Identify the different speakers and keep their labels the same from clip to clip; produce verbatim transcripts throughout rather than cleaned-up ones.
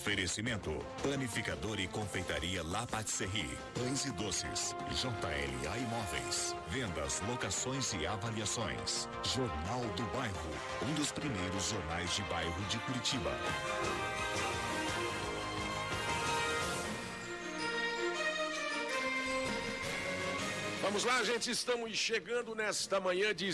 Speaker 1: Oferecimento: Panificador e Confeitaria La Patisserie, Pães e Doces, J L A Imóveis, Vendas, Locações e Avaliações, Jornal do Bairro, um dos primeiros jornais de bairro de Curitiba.
Speaker 2: Vamos lá, gente, estamos chegando nesta manhã de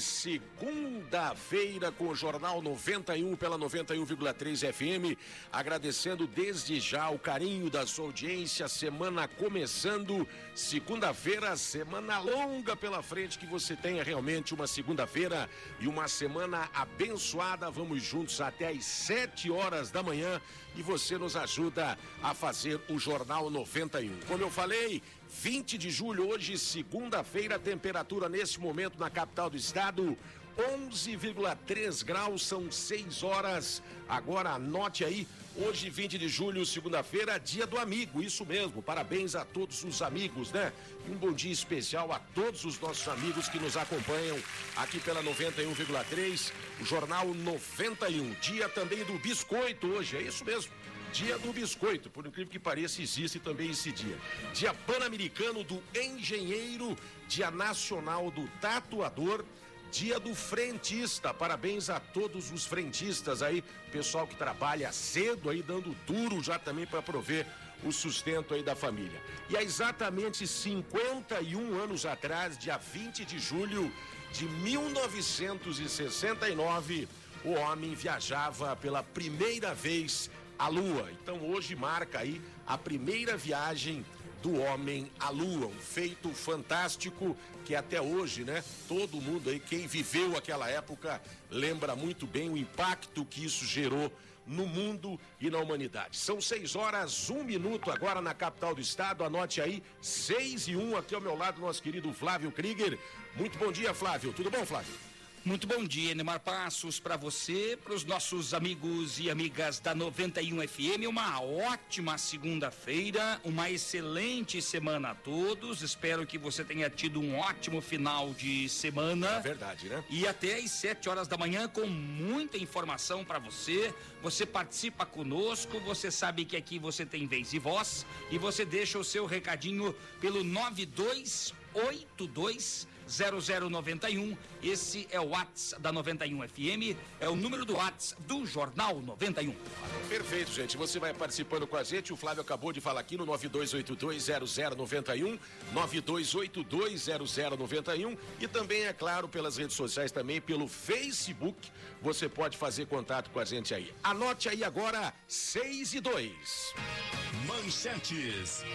Speaker 2: segunda-feira com o Jornal noventa e um pela noventa e um vírgula três F M, agradecendo desde já o carinho da sua audiência, semana começando, segunda-feira, semana longa pela frente, que você tenha realmente uma segunda-feira e uma semana abençoada. Vamos juntos até às sete horas da manhã e você nos ajuda a fazer o Jornal noventa e um. Como eu falei, vinte de julho, hoje, segunda-feira, temperatura nesse momento na capital do estado, onze vírgula três graus, são seis horas. Agora anote aí, hoje, vinte de julho, segunda-feira, dia do amigo, isso mesmo, parabéns a todos os amigos, né? E um bom dia especial a todos os nossos amigos que nos acompanham aqui pela noventa e um vírgula três, o Jornal noventa e um, dia também do biscoito hoje, é isso mesmo. Dia do biscoito, por incrível que pareça, existe também esse dia. Dia Pan-Americano do Engenheiro, Dia Nacional do Tatuador, Dia do Frentista. Parabéns a todos os frentistas aí, pessoal que trabalha cedo aí, dando duro já também para prover o sustento aí da família. E há exatamente cinquenta e um anos atrás, dia vinte de julho de mil novecentos e sessenta e nove, o homem viajava pela primeira vez a Lua. Então hoje marca aí a primeira viagem do homem à Lua, um feito fantástico que até hoje, né, todo mundo aí, quem viveu aquela época, lembra muito bem o impacto que isso gerou no mundo e na humanidade. São seis horas, um minuto agora na capital do estado, anote aí, seis e um, aqui ao meu lado, nosso querido Flávio Krieger. Muito bom dia, Flávio. Tudo bom, Flávio?
Speaker 3: Muito bom dia, Neymar Passos, para você, para os nossos amigos e amigas da noventa e um F M, uma ótima segunda-feira, uma excelente semana a todos, espero que você tenha tido um ótimo final de semana.
Speaker 2: É verdade, né?
Speaker 3: E até às sete horas da manhã com muita informação para você, você participa conosco, você sabe que aqui você tem vez e voz, e você deixa o seu recadinho pelo nove dois oito dois zero zero nove um, esse é o WhatsApp da noventa e um F M, é o número do WhatsApp do Jornal noventa e um.
Speaker 2: Perfeito, gente, você vai participando com a gente, o Flávio acabou de falar aqui no nove dois oito dois zero zero nove um, nove dois oito dois zero zero nove um, e também, é claro, pelas redes sociais, também pelo Facebook, você pode fazer contato com a gente aí. Anote aí agora, seis e dois.
Speaker 1: Manchetes.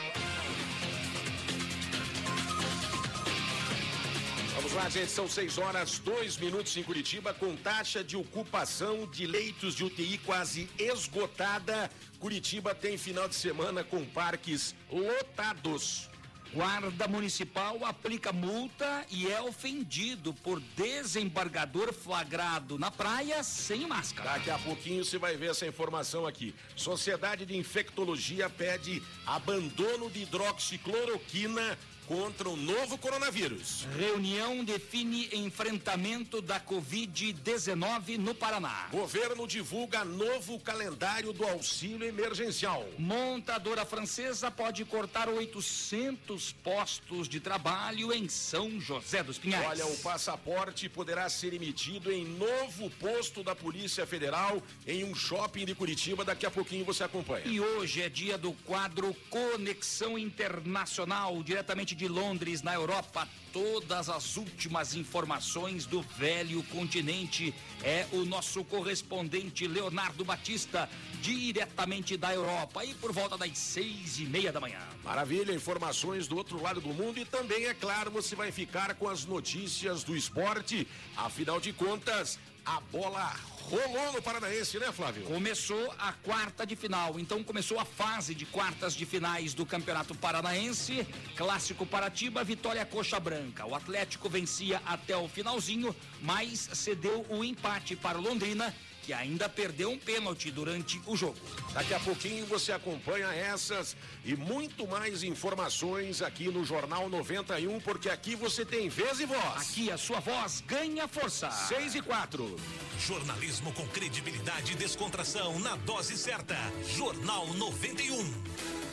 Speaker 2: Vamos lá, gente, são seis horas, dois minutos em Curitiba, com taxa de ocupação de leitos de U T I quase esgotada. Curitiba tem final de semana com parques lotados.
Speaker 3: Guarda Municipal aplica multa e é ofendido por desembargador flagrado na praia sem máscara.
Speaker 2: Daqui a pouquinho você vai ver essa informação aqui. Sociedade de Infectologia pede abandono de hidroxicloroquina contra o novo coronavírus.
Speaker 3: Reunião define enfrentamento da covid dezenove no Paraná.
Speaker 2: Governo divulga novo calendário do auxílio emergencial.
Speaker 3: Montadora francesa pode cortar oitocentos postos de trabalho em São José dos Pinhais.
Speaker 2: Olha, o passaporte poderá ser emitido em novo posto da Polícia Federal em um shopping de Curitiba. Daqui a pouquinho você acompanha.
Speaker 3: E hoje é dia do quadro Conexão Internacional, diretamente de Londres, na Europa. Todas as últimas informações do velho continente é o nosso correspondente Leonardo Batista, diretamente da Europa, e por volta das seis e meia da manhã.
Speaker 2: Maravilha, informações do outro lado do mundo, e também, é claro, você vai ficar com as notícias do esporte. Afinal de contas, a bola rolou no Paranaense, né, Flávio?
Speaker 3: Começou a quarta de final, então começou a fase de quartas de finais do Campeonato Paranaense. Clássico Paratiba, vitória coxa branca. O Atlético vencia até o finalzinho, mas cedeu o empate para o Londrina que ainda perdeu um pênalti durante o jogo.
Speaker 2: Daqui a pouquinho você acompanha essas e muito mais informações aqui no Jornal noventa e um, porque aqui você tem vez e voz.
Speaker 3: Aqui a sua voz ganha força.
Speaker 2: Seis e quatro.
Speaker 1: Jornalismo com credibilidade e descontração na dose certa. Jornal noventa e um.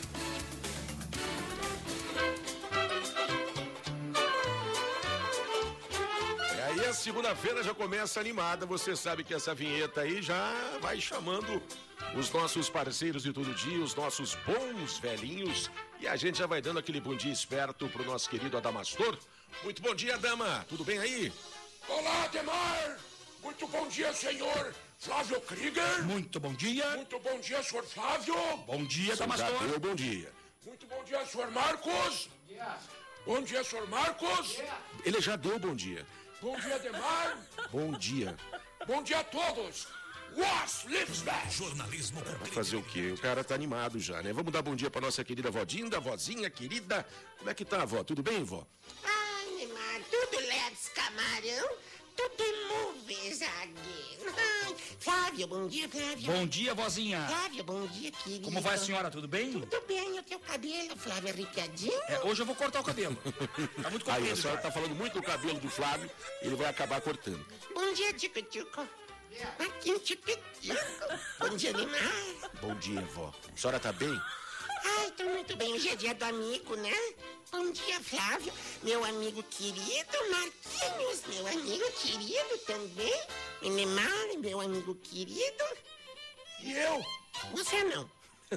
Speaker 2: E a segunda-feira já começa animada, você sabe que essa vinheta aí já vai chamando os nossos parceiros de todo dia, os nossos bons velhinhos, e a gente já vai dando aquele bom dia esperto pro nosso querido Adamastor. Muito bom dia, dama, tudo bem aí?
Speaker 4: Olá, Ademar, muito bom dia, senhor Flávio Krieger.
Speaker 3: Muito bom dia.
Speaker 4: Muito bom dia, senhor Flávio.
Speaker 3: Bom dia, Adamastor.
Speaker 2: Já deu bom dia.
Speaker 4: Muito bom dia, senhor Marcos. Bom dia. Bom dia, senhor Marcos. Bom dia.
Speaker 2: Ele já deu bom dia.
Speaker 4: Bom dia, Ademar.
Speaker 2: Bom dia.
Speaker 4: Bom dia a todos. Was Liebsberg.
Speaker 1: Jornalismo com
Speaker 2: Vai fazer o quê? O cara tá animado já, né? Vamos dar bom dia pra nossa querida Vodinda, vozinha querida. Como é que tá, vó? Tudo bem, vó?
Speaker 5: Ai, Neymar, tudo Ledes Camarão, tudo movies again. Ai, Flávio, bom dia, Flávio.
Speaker 3: Bom dia, vozinha.
Speaker 5: Flávio, bom dia, querido.
Speaker 3: Como vai a senhora, tudo bem?
Speaker 5: Tudo bem, o teu cabelo, Flávio, arrepiadinho?
Speaker 3: É, hoje eu vou cortar o cabelo. Tá muito
Speaker 2: Aí,
Speaker 3: comprido.
Speaker 2: a senhora
Speaker 3: já.
Speaker 2: tá falando muito do cabelo do Flávio, ele vai acabar cortando.
Speaker 5: Bom dia, Tico Tico. Aqui, Tico Tico. Bom dia, Neymar.
Speaker 2: Bom dia, vó. A senhora tá bem?
Speaker 5: Ai, tô muito bem, hoje é dia do amigo, né? Bom dia, Flávio, meu amigo querido, Marquinhos, meu amigo querido também. E Neymar, meu amigo querido.
Speaker 4: E eu?
Speaker 5: Você não.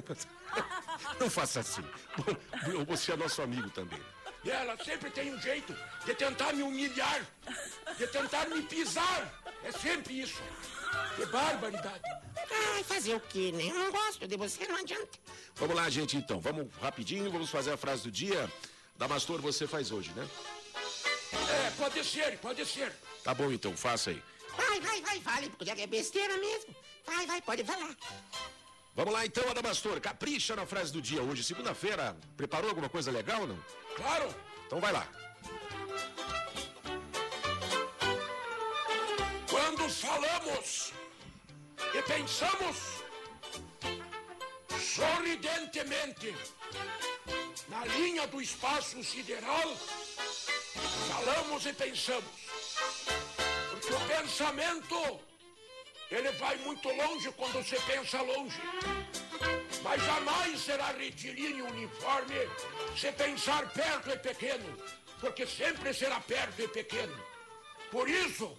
Speaker 2: Não faça assim. Bom, você é nosso amigo também.
Speaker 4: E ela sempre tem um jeito de tentar me humilhar, de tentar me pisar. É sempre isso. Que barbaridade.
Speaker 5: Ai, fazer o quê, né? Eu não gosto de você, não adianta.
Speaker 2: Vamos lá, gente, então. Vamos rapidinho, vamos fazer a frase do dia. Damastor, você faz hoje, né?
Speaker 4: É, pode ser, pode ser.
Speaker 2: Tá bom, então, faça aí.
Speaker 5: Vai, vai, vai, fale, porque já que é besteira mesmo. Vai, vai, pode falar.
Speaker 2: Vamos lá, então, Adamastor. Capricha na frase do dia hoje. Segunda-feira, preparou alguma coisa legal ou não?
Speaker 4: Claro.
Speaker 2: Então vai lá.
Speaker 4: Quando falamos e pensamos sorridentemente na linha do espaço sideral, falamos e pensamos. Porque o pensamento, ele vai muito longe quando você pensa longe. Mas jamais será retilíneo uniforme se pensar perto e pequeno. Porque sempre será perto e pequeno. Por isso,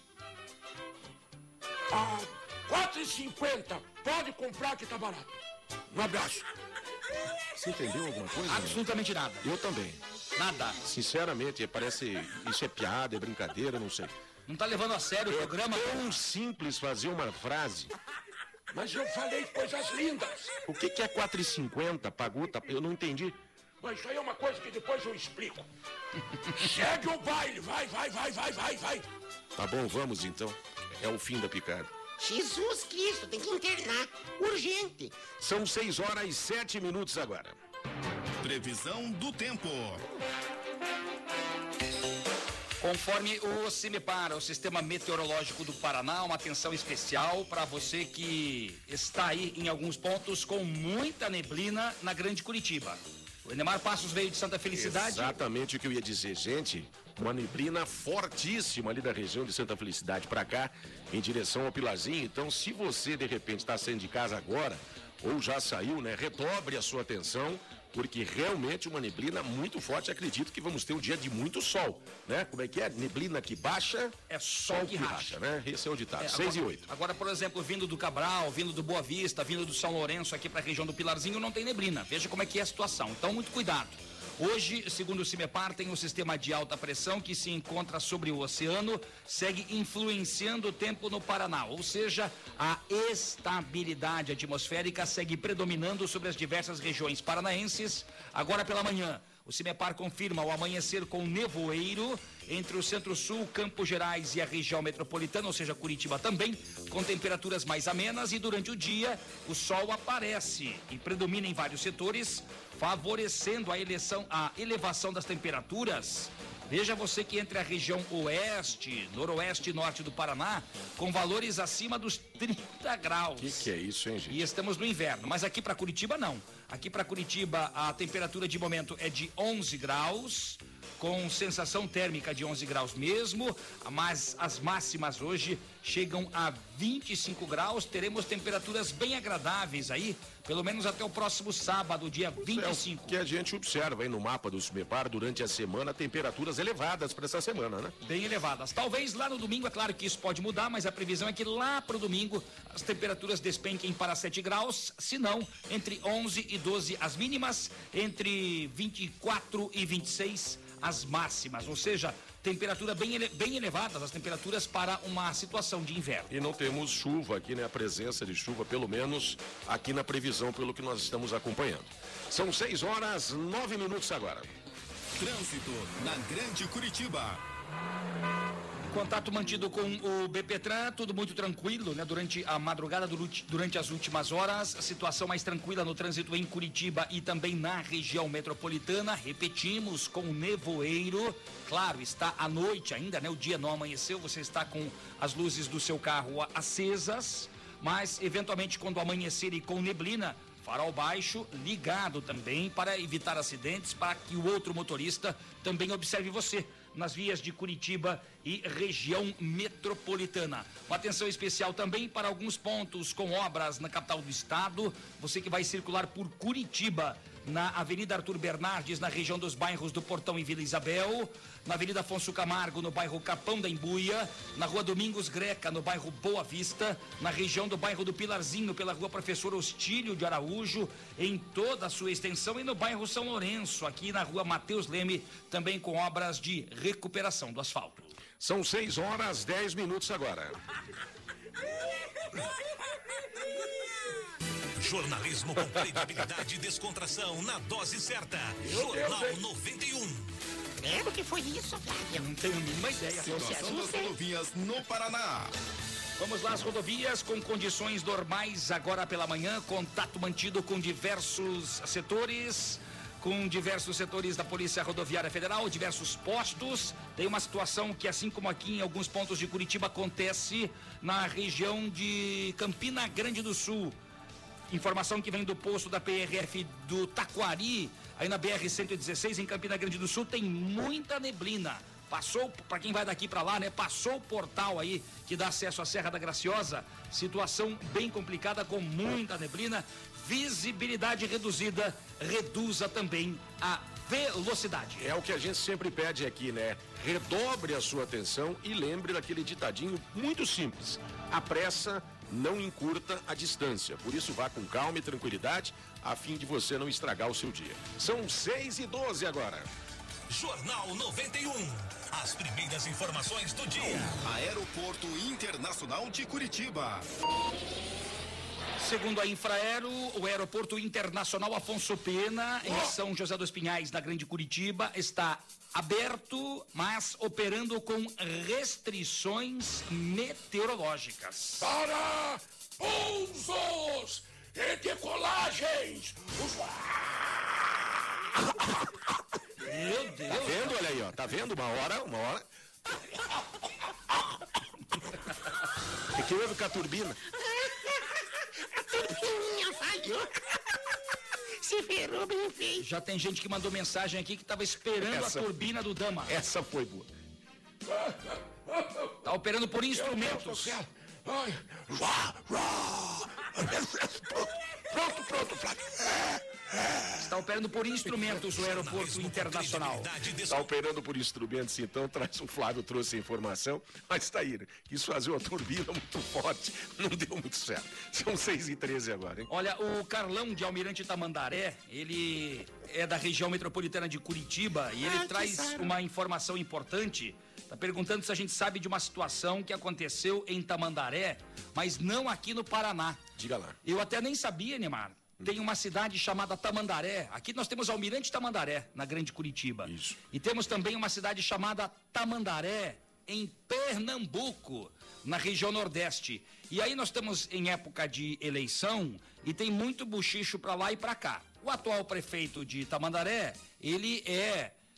Speaker 4: a quatro e cinquenta, pode comprar que tá barato. Um abraço.
Speaker 2: Você entendeu alguma coisa?
Speaker 3: Absolutamente nada.
Speaker 2: Eu também.
Speaker 3: Nada.
Speaker 2: Sinceramente, parece... Isso é piada, é brincadeira, não sei.
Speaker 3: Não tá levando a sério o
Speaker 2: É
Speaker 3: programa?
Speaker 2: tão simples fazer uma frase.
Speaker 4: Mas eu falei coisas lindas.
Speaker 2: O que, que é quatro e cinquenta? Pagou, tá... Eu não entendi.
Speaker 4: Mas isso aí é uma coisa que depois eu explico. Segue o baile. Vai, vai, vai, vai, vai, vai.
Speaker 2: Tá bom, vamos então. É o fim da picada.
Speaker 5: Jesus Cristo, tem que internar. Urgente.
Speaker 2: São seis horas e sete minutos agora.
Speaker 1: Previsão do tempo.
Speaker 3: Conforme o CIMEPAR, o Sistema Meteorológico do Paraná, uma atenção especial para você que está aí em alguns pontos com muita neblina na Grande Curitiba. O Enemar Passos veio de Santa Felicidade.
Speaker 2: Exatamente o que eu ia dizer, gente. Uma neblina fortíssima ali da região de Santa Felicidade para cá, em direção ao Pilarzinho. Então, se você de repente está saindo de casa agora, ou já saiu, né? Redobre a sua atenção, porque realmente uma neblina muito forte. Acredito que vamos ter um dia de muito sol, né? Como é que é? Neblina que baixa,
Speaker 3: É sol que racha.
Speaker 2: né? Esse é o ditado.
Speaker 3: É,
Speaker 2: Seis
Speaker 3: agora,
Speaker 2: e oito.
Speaker 3: Agora, por exemplo, vindo do Cabral, vindo do Boa Vista, vindo do São Lourenço aqui para a região do Pilarzinho, não tem neblina. Veja como é que é a situação. Então, muito cuidado. Hoje, segundo o CIMEPAR, tem um sistema de alta pressão que se encontra sobre o oceano, segue influenciando o tempo no Paraná, ou seja, a estabilidade atmosférica segue predominando sobre as diversas regiões paranaenses. Agora pela manhã, o CIMEPAR confirma o amanhecer com nevoeiro entre o Centro-Sul, Campos Gerais e a região metropolitana, ou seja, Curitiba também, com temperaturas mais amenas, e durante o dia o sol aparece e predomina em vários setores, favorecendo a, eleição, a elevação das temperaturas Veja você que entre a região oeste, noroeste e norte do Paraná, com valores acima dos trinta graus.
Speaker 2: O que, que é isso, hein, gente?
Speaker 3: E estamos no inverno, mas aqui para Curitiba não. Aqui para Curitiba a temperatura de momento é de onze graus, com sensação térmica de onze graus mesmo, mas as máximas hoje chegam a vinte e cinco graus. Teremos temperaturas bem agradáveis aí, pelo menos até o próximo sábado, dia vinte e cinco.
Speaker 2: É o que a gente observa aí no mapa do Subepar durante a semana, temperaturas elevadas para essa semana, né?
Speaker 3: Bem elevadas. Talvez lá no domingo, é claro que isso pode mudar, mas a previsão é que lá pro domingo as temperaturas despenquem para sete graus, se não, entre onze e doze as mínimas, entre vinte e quatro e vinte e seis as máximas, ou seja, temperatura bem, ele, bem elevadas, as temperaturas para uma situação de inverno.
Speaker 2: E não temos chuva aqui, né? A presença de chuva, pelo menos aqui na previsão, pelo que nós estamos acompanhando. São seis horas, nove minutos agora.
Speaker 1: Trânsito na Grande Curitiba.
Speaker 3: Contato mantido com o BPTran, tudo muito tranquilo, né? Durante a madrugada, durante as últimas horas, a situação mais tranquila no trânsito em Curitiba e também na região metropolitana. Repetimos, com nevoeiro. Claro, está à noite ainda, né? O dia não amanheceu, você está com as luzes do seu carro acesas, mas eventualmente quando amanhecer e com neblina, farol baixo ligado também para evitar acidentes, para que o outro motorista também observe você nas vias de Curitiba e região metropolitana. Uma atenção especial também para alguns pontos com obras na capital do estado. Você que vai circular por Curitiba, na Avenida Arthur Bernardes, na região dos bairros do Portão e Vila Isabel, na Avenida Afonso Camargo, no bairro Capão da Embuia, na Rua Domingos Greca, no bairro Boa Vista, na região do bairro do Pilarzinho, pela Rua Professor Hostílio de Araújo, em toda a sua extensão, e no bairro São Lourenço, aqui na Rua Mateus Leme, também com obras de recuperação do asfalto.
Speaker 2: São seis horas, dez minutos agora.
Speaker 1: Jornalismo com credibilidade e descontração na dose certa. Jornal noventa e um.
Speaker 5: Lembra que foi isso, Flávio?
Speaker 3: Não tenho a mínima ideia.
Speaker 1: Situação das rodovias no Paraná.
Speaker 3: Vamos lá, as rodovias com condições normais agora pela manhã, contato mantido com diversos setores, com diversos setores da Polícia Rodoviária Federal, diversos postos. Tem uma situação que, assim como aqui em alguns pontos de Curitiba, acontece na região de Campina Grande do Sul. Informação que vem do posto da P R F do Taquari, aí na B R cento e dezesseis, em Campina Grande do Sul, tem muita neblina. Passou, para quem vai daqui para lá, né? Passou o portal aí que dá acesso à Serra da Graciosa. Situação bem complicada, com muita neblina. Visibilidade reduzida, reduza também a velocidade.
Speaker 2: É o que a gente sempre pede aqui, né? Redobre a sua atenção e lembre daquele ditadinho muito simples. A pressa não encurta a distância. Por isso, vá com calma e tranquilidade, a fim de você não estragar o seu dia. São seis e doze agora.
Speaker 1: Jornal noventa e um. As primeiras informações do dia. Aeroporto Internacional de Curitiba.
Speaker 3: Segundo a Infraero, o Aeroporto Internacional Afonso Pena, em São José dos Pinhais, na Grande Curitiba, está aberto, mas operando com restrições meteorológicas.
Speaker 4: Para pousos e decolagens.
Speaker 3: Meu Deus.
Speaker 2: Tá vendo? Olha aí, ó. Tá vendo? Uma hora, uma hora. O que houve com a turbina?
Speaker 5: A turbininha falhou. Se ferrou bem feio.
Speaker 3: Já tem gente que mandou mensagem aqui que estava esperando
Speaker 2: Essa-
Speaker 3: a turbina do Dama.
Speaker 2: Essa foi boa.
Speaker 3: Tá operando por instrumentos.
Speaker 4: Ai, rá, rá. Pronto, pronto, Flávio.
Speaker 3: Está operando por instrumentos o Aeroporto Internacional.
Speaker 2: Está operando por instrumentos, então, traz o Flávio, trouxe a informação, mas tá aí, né? Quis fazer uma turbina muito forte, não deu muito certo. São seis e treze agora, hein?
Speaker 3: Olha, o Carlão de Almirante Tamandaré, ele é da região metropolitana de Curitiba e ele
Speaker 5: Ah, que
Speaker 3: traz
Speaker 5: sabe.
Speaker 3: uma informação importante. Tá perguntando se a gente sabe de uma situação que aconteceu em Tamandaré, mas não aqui no Paraná.
Speaker 2: Diga lá.
Speaker 3: Eu até nem sabia, Neymar. Tem uma cidade chamada Tamandaré. Aqui nós temos Almirante Tamandaré, na Grande Curitiba.
Speaker 2: Isso.
Speaker 3: E temos também uma cidade chamada Tamandaré, em Pernambuco, na região Nordeste. E aí nós estamos em época de eleição e tem muito buchicho para lá e para cá. O atual prefeito de Tamandaré, ele é,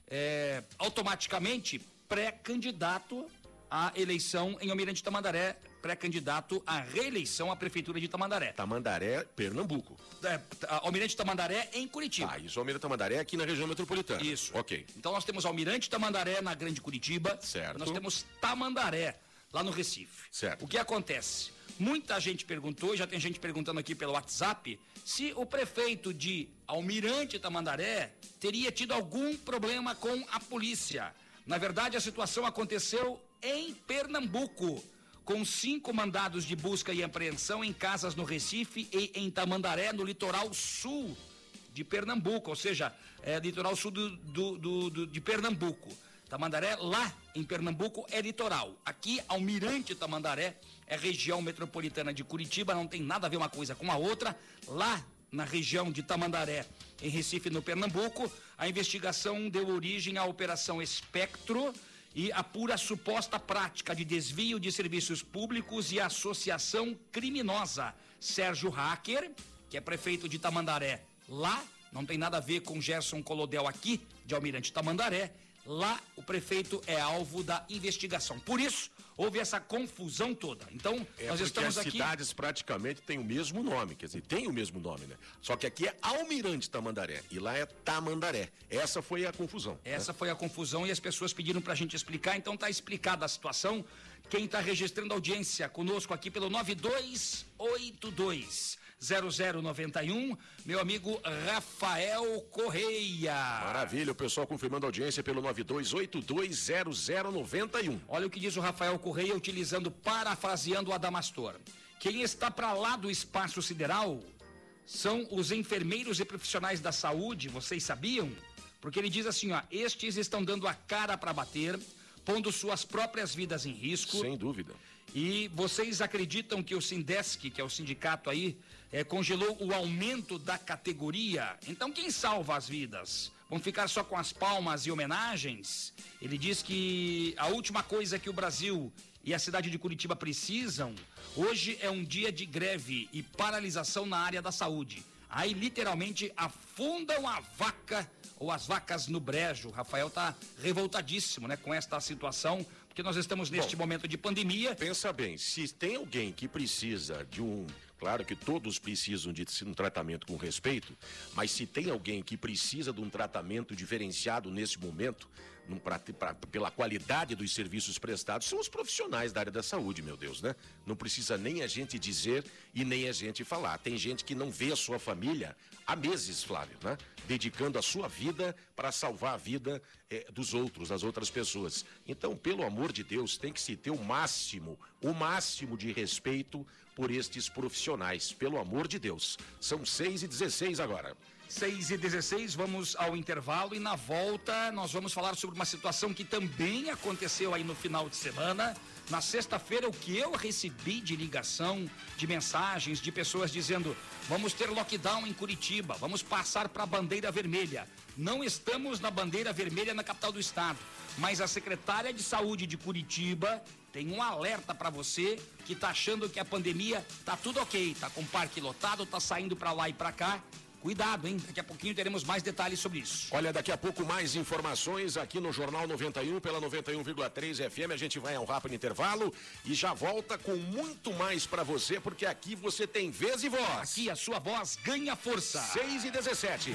Speaker 3: é, automaticamente pré-candidato à eleição em Almirante Tamandaré, pré-candidato à reeleição à Prefeitura de Tamandaré.
Speaker 2: Tamandaré, Pernambuco.
Speaker 3: É, Almirante Tamandaré em Curitiba.
Speaker 2: Ah, isso, Almirante Tamandaré aqui na região metropolitana.
Speaker 3: Isso.
Speaker 2: Ok.
Speaker 3: Então nós temos Almirante Tamandaré na Grande Curitiba.
Speaker 2: Certo.
Speaker 3: Nós temos Tamandaré lá no Recife.
Speaker 2: Certo.
Speaker 3: O que acontece? Muita gente perguntou, já tem gente perguntando aqui pelo WhatsApp, se o prefeito de Almirante Tamandaré teria tido algum problema com a polícia. Na verdade, a situação aconteceu em Pernambuco, com cinco mandados de busca e apreensão em casas no Recife e em Tamandaré, no litoral sul de Pernambuco, ou seja, é, litoral sul do, do, do, do, de Pernambuco. Tamandaré, lá em Pernambuco, é litoral. Aqui, Almirante Tamandaré é região metropolitana de Curitiba, não tem nada a ver uma coisa com a outra. Lá, na região de Tamandaré, em Recife, no Pernambuco, a investigação deu origem à Operação Espectro e apura a suposta prática de desvio de serviços públicos e associação criminosa. Sérgio Hacker, que é prefeito de Tamandaré, lá, não tem nada a ver com Gerson Colodel aqui, de Almirante Tamandaré, lá o prefeito é alvo da investigação. Por isso, houve essa confusão toda. Então,
Speaker 2: é
Speaker 3: nós estamos
Speaker 2: as
Speaker 3: aqui...
Speaker 2: cidades praticamente têm o mesmo nome, quer dizer, tem o mesmo nome, né? Só que aqui é Almirante Tamandaré e lá é Tamandaré. Essa foi a confusão.
Speaker 3: Essa
Speaker 2: né?
Speaker 3: foi a confusão e as pessoas pediram pra gente explicar, então tá explicada a situação. Quem tá registrando audiência conosco aqui pelo nove dois oito dois zero zero nove um, meu amigo Rafael Correia.
Speaker 2: Maravilha, o pessoal confirmando a audiência pelo nove dois oito dois zero zero nove um.
Speaker 3: Olha o que diz o Rafael Correia, utilizando, parafraseando o Adamastor. Quem está para lá do espaço sideral são os enfermeiros e profissionais da saúde, vocês sabiam? Porque ele diz assim, ó, estes estão dando a cara para bater, pondo suas próprias vidas em risco.
Speaker 2: Sem dúvida.
Speaker 3: E vocês acreditam que o Sindesc, que é o sindicato aí, é, congelou o aumento da categoria? Então quem salva as vidas? Vão ficar só com as palmas e homenagens? Ele diz que a última coisa que o Brasil e a cidade de Curitiba precisam, hoje é um dia de greve e paralisação na área da saúde. Aí literalmente afundam a vaca ou as vacas no brejo. O Rafael tá revoltadíssimo, né, com esta situação, porque nós estamos neste Bom, momento de pandemia.
Speaker 2: Pensa bem, se tem alguém que precisa de um... Claro que todos precisam de um tratamento com respeito, mas se tem alguém que precisa de um tratamento diferenciado nesse momento, num, pra, pra, pela qualidade dos serviços prestados, são os profissionais da área da saúde, meu Deus, né? Não precisa nem a gente dizer e nem a gente falar. Tem gente que não vê a sua família há meses, Flávio, né? Dedicando a sua vida para salvar a vida eh, dos outros, das outras pessoas. Então, pelo amor de Deus, tem que se ter o máximo, o máximo de respeito por estes profissionais, pelo amor de Deus. São seis e dezesseis agora.
Speaker 3: seis e dezesseis, vamos ao intervalo e na volta nós vamos falar sobre uma situação que também aconteceu aí no final de semana. Na sexta-feira, o que eu recebi de ligação, de mensagens, de pessoas dizendo, vamos ter lockdown em Curitiba, vamos passar para a bandeira vermelha. Não estamos na bandeira vermelha na capital do estado, mas a secretária de saúde de Curitiba tem um alerta para você que tá achando que a pandemia tá tudo ok, tá com parque lotado, tá saindo para lá e para cá. Cuidado, hein? Daqui a pouquinho teremos mais detalhes sobre isso.
Speaker 2: Olha, daqui a pouco mais informações aqui no Jornal noventa e um, pela noventa e um vírgula três F M. A gente vai a um rápido intervalo e já volta com muito mais para você, porque aqui você tem vez e voz.
Speaker 3: Aqui a sua voz ganha força.
Speaker 2: seis e dezessete.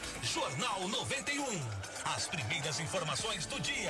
Speaker 1: Jornal noventa e um. As primeiras informações do dia.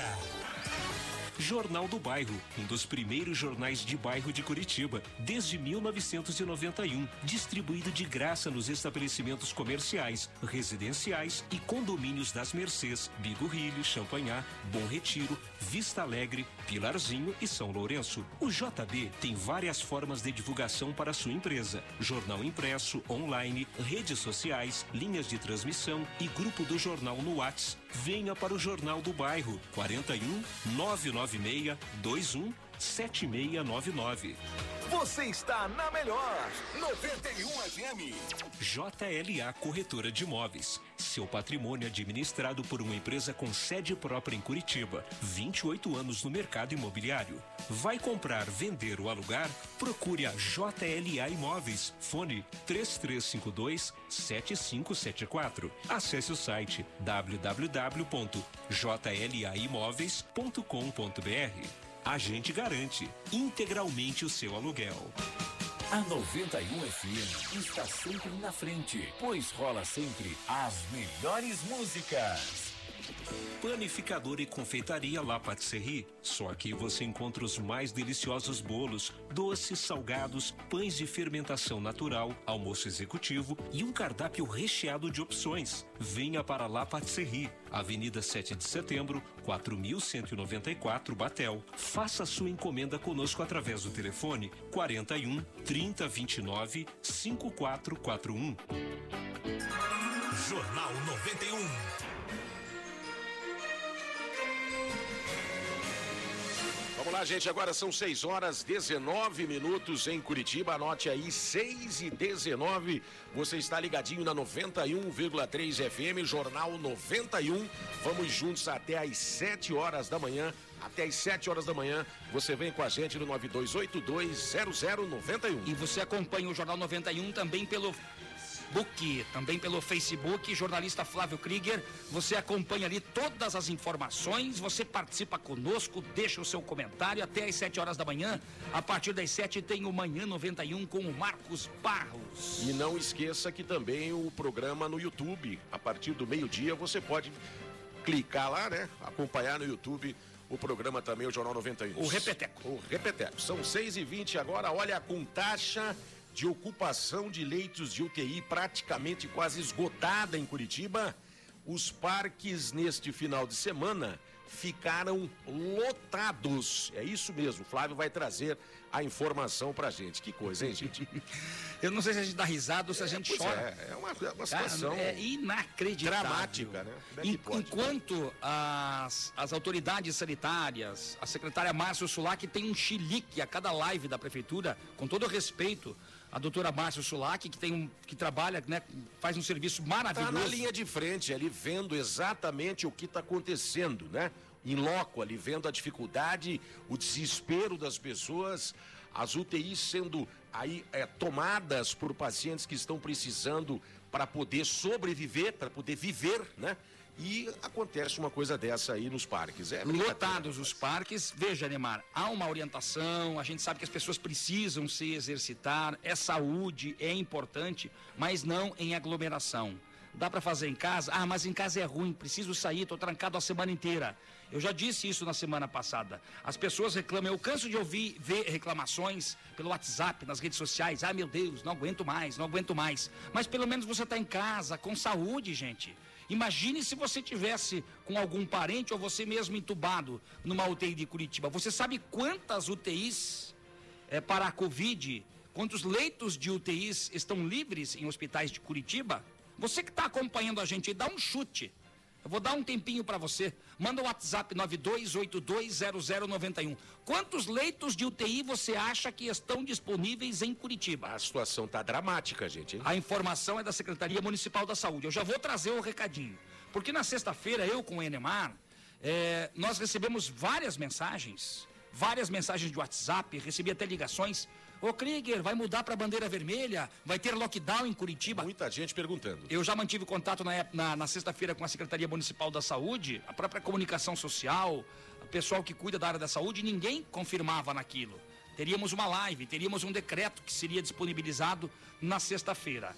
Speaker 6: Jornal do Bairro, um dos primeiros jornais de bairro de Curitiba, desde mil novecentos e noventa e um, distribuído de graça nos estabelecimentos comerciais, residenciais e condomínios das Mercês, Bigorrilho, Champanhar, Bom Retiro, Vista Alegre, Pilarzinho e São Lourenço. O J B tem várias formas de divulgação para sua empresa: jornal impresso, online, redes sociais, linhas de transmissão e grupo do jornal no WhatsApp. Venha para o Jornal do Bairro, quarenta e um, nove nove seis, dois um, sete seis nove nove.
Speaker 1: Você está na melhor noventa e um F M.
Speaker 6: J L A Corretora de Imóveis. Seu patrimônio administrado por uma empresa com sede própria em Curitiba. vinte e oito anos no mercado imobiliário. Vai comprar, vender ou alugar? Procure a J L A Imóveis. Fone três três cinco dois, sete cinco sete quatro. Acesse o site w w w ponto j l a imóveis ponto com ponto b r. A gente garante integralmente o seu aluguel.
Speaker 1: A noventa e um F M está sempre na frente, pois rola sempre as melhores músicas.
Speaker 6: Panificador e confeitaria La Patisserie. Só aqui você encontra os mais deliciosos bolos, doces, salgados, pães de fermentação natural, almoço executivo e um cardápio recheado de opções. Venha para La Patisserie, Avenida sete de Setembro, quatro mil cento e noventa e quatro, Batel. Faça sua encomenda conosco através do telefone quarenta e um, trinta, vinte e nove, cinquenta e quatro quarenta e um.
Speaker 1: Jornal noventa e um.
Speaker 2: Vamos lá, gente, agora são seis horas dezenove minutos em Curitiba, anote aí, seis e dezenove, você está ligadinho na noventa e um vírgula três F M, Jornal noventa e um, vamos juntos até às sete horas da manhã, até às sete horas da manhã, você vem com a gente no nove dois oito dois, zero zero nove um.
Speaker 3: E você acompanha o Jornal noventa e um também pelo Facebook, também pelo Facebook, jornalista Flávio Krieger, você acompanha ali todas as informações, você participa conosco, deixa o seu comentário até às sete horas da manhã, a partir das sete tem o Manhã noventa e um com o Marcos Barros.
Speaker 2: E não esqueça que também o programa no YouTube, a partir do meio-dia você pode clicar lá, né, acompanhar no YouTube o programa também, o Jornal noventa e um.
Speaker 3: O Repeteco.
Speaker 2: O Repeteco, são seis e vinte agora, olha, com taxa de ocupação de leitos de U T I praticamente quase esgotada em Curitiba, os parques neste final de semana ficaram lotados. É isso mesmo, o Flávio vai trazer a informação pra gente. Que coisa, hein, gente?
Speaker 3: Eu não sei se a gente dá risada ou se a gente
Speaker 2: Pois
Speaker 3: chora.
Speaker 2: É, é uma, uma situação
Speaker 3: Cara, é inacreditável.
Speaker 2: dramática, né? Como é que
Speaker 3: En-
Speaker 2: pode?
Speaker 3: Enquanto as, as autoridades sanitárias, a secretária Márcia Sulac tem um chilique a cada live da prefeitura, com todo o respeito, a doutora Márcia Sulac, que tem um, que trabalha, né, faz um serviço maravilhoso.
Speaker 2: Está na linha de frente, ali vendo exatamente o que está acontecendo, né? Em loco, ali vendo a dificuldade, o desespero das pessoas, as U T Is sendo aí é, tomadas por pacientes que estão precisando para poder sobreviver, para poder viver, né? E acontece uma coisa dessa aí nos parques. É
Speaker 3: Lotados os parques. Veja, Neymar, há uma orientação, a gente sabe que as pessoas precisam se exercitar, é saúde, é importante, mas não em aglomeração. Dá para fazer em casa? Ah, mas em casa é ruim, preciso sair, estou trancado a semana inteira. Eu já disse isso na semana passada. As pessoas reclamam, eu canso de ouvir, ver reclamações pelo WhatsApp, nas redes sociais. Ah, meu Deus, não aguento mais, não aguento mais. Mas pelo menos você está em casa, com saúde, gente. Imagine se você tivesse com algum parente ou você mesmo entubado numa U T I de Curitiba. Você sabe quantas U T Is é, para a Covid, quantos leitos de U T Is estão livres em hospitais de Curitiba? Você que está acompanhando a gente aí, dá um chute. Eu vou dar um tempinho para você. Manda o WhatsApp nove dois oito dois zero zero nove um. Quantos leitos de U T I você acha que estão disponíveis em Curitiba?
Speaker 2: A situação tá dramática, gente, hein?
Speaker 3: A informação é da Secretaria Municipal da Saúde. Eu já vou trazer o recadinho. Porque na sexta-feira, eu com o Enemar, é, nós recebemos várias mensagens, várias mensagens de WhatsApp, recebi até ligações. Ô Krieger, vai mudar para a bandeira vermelha? Vai ter lockdown em Curitiba?
Speaker 2: Muita gente perguntando.
Speaker 3: Eu já mantive contato na, na, na sexta-feira com a Secretaria Municipal da Saúde, a própria comunicação social, o pessoal que cuida da área da saúde, ninguém confirmava naquilo. Teríamos uma live, teríamos um decreto que seria disponibilizado na sexta-feira.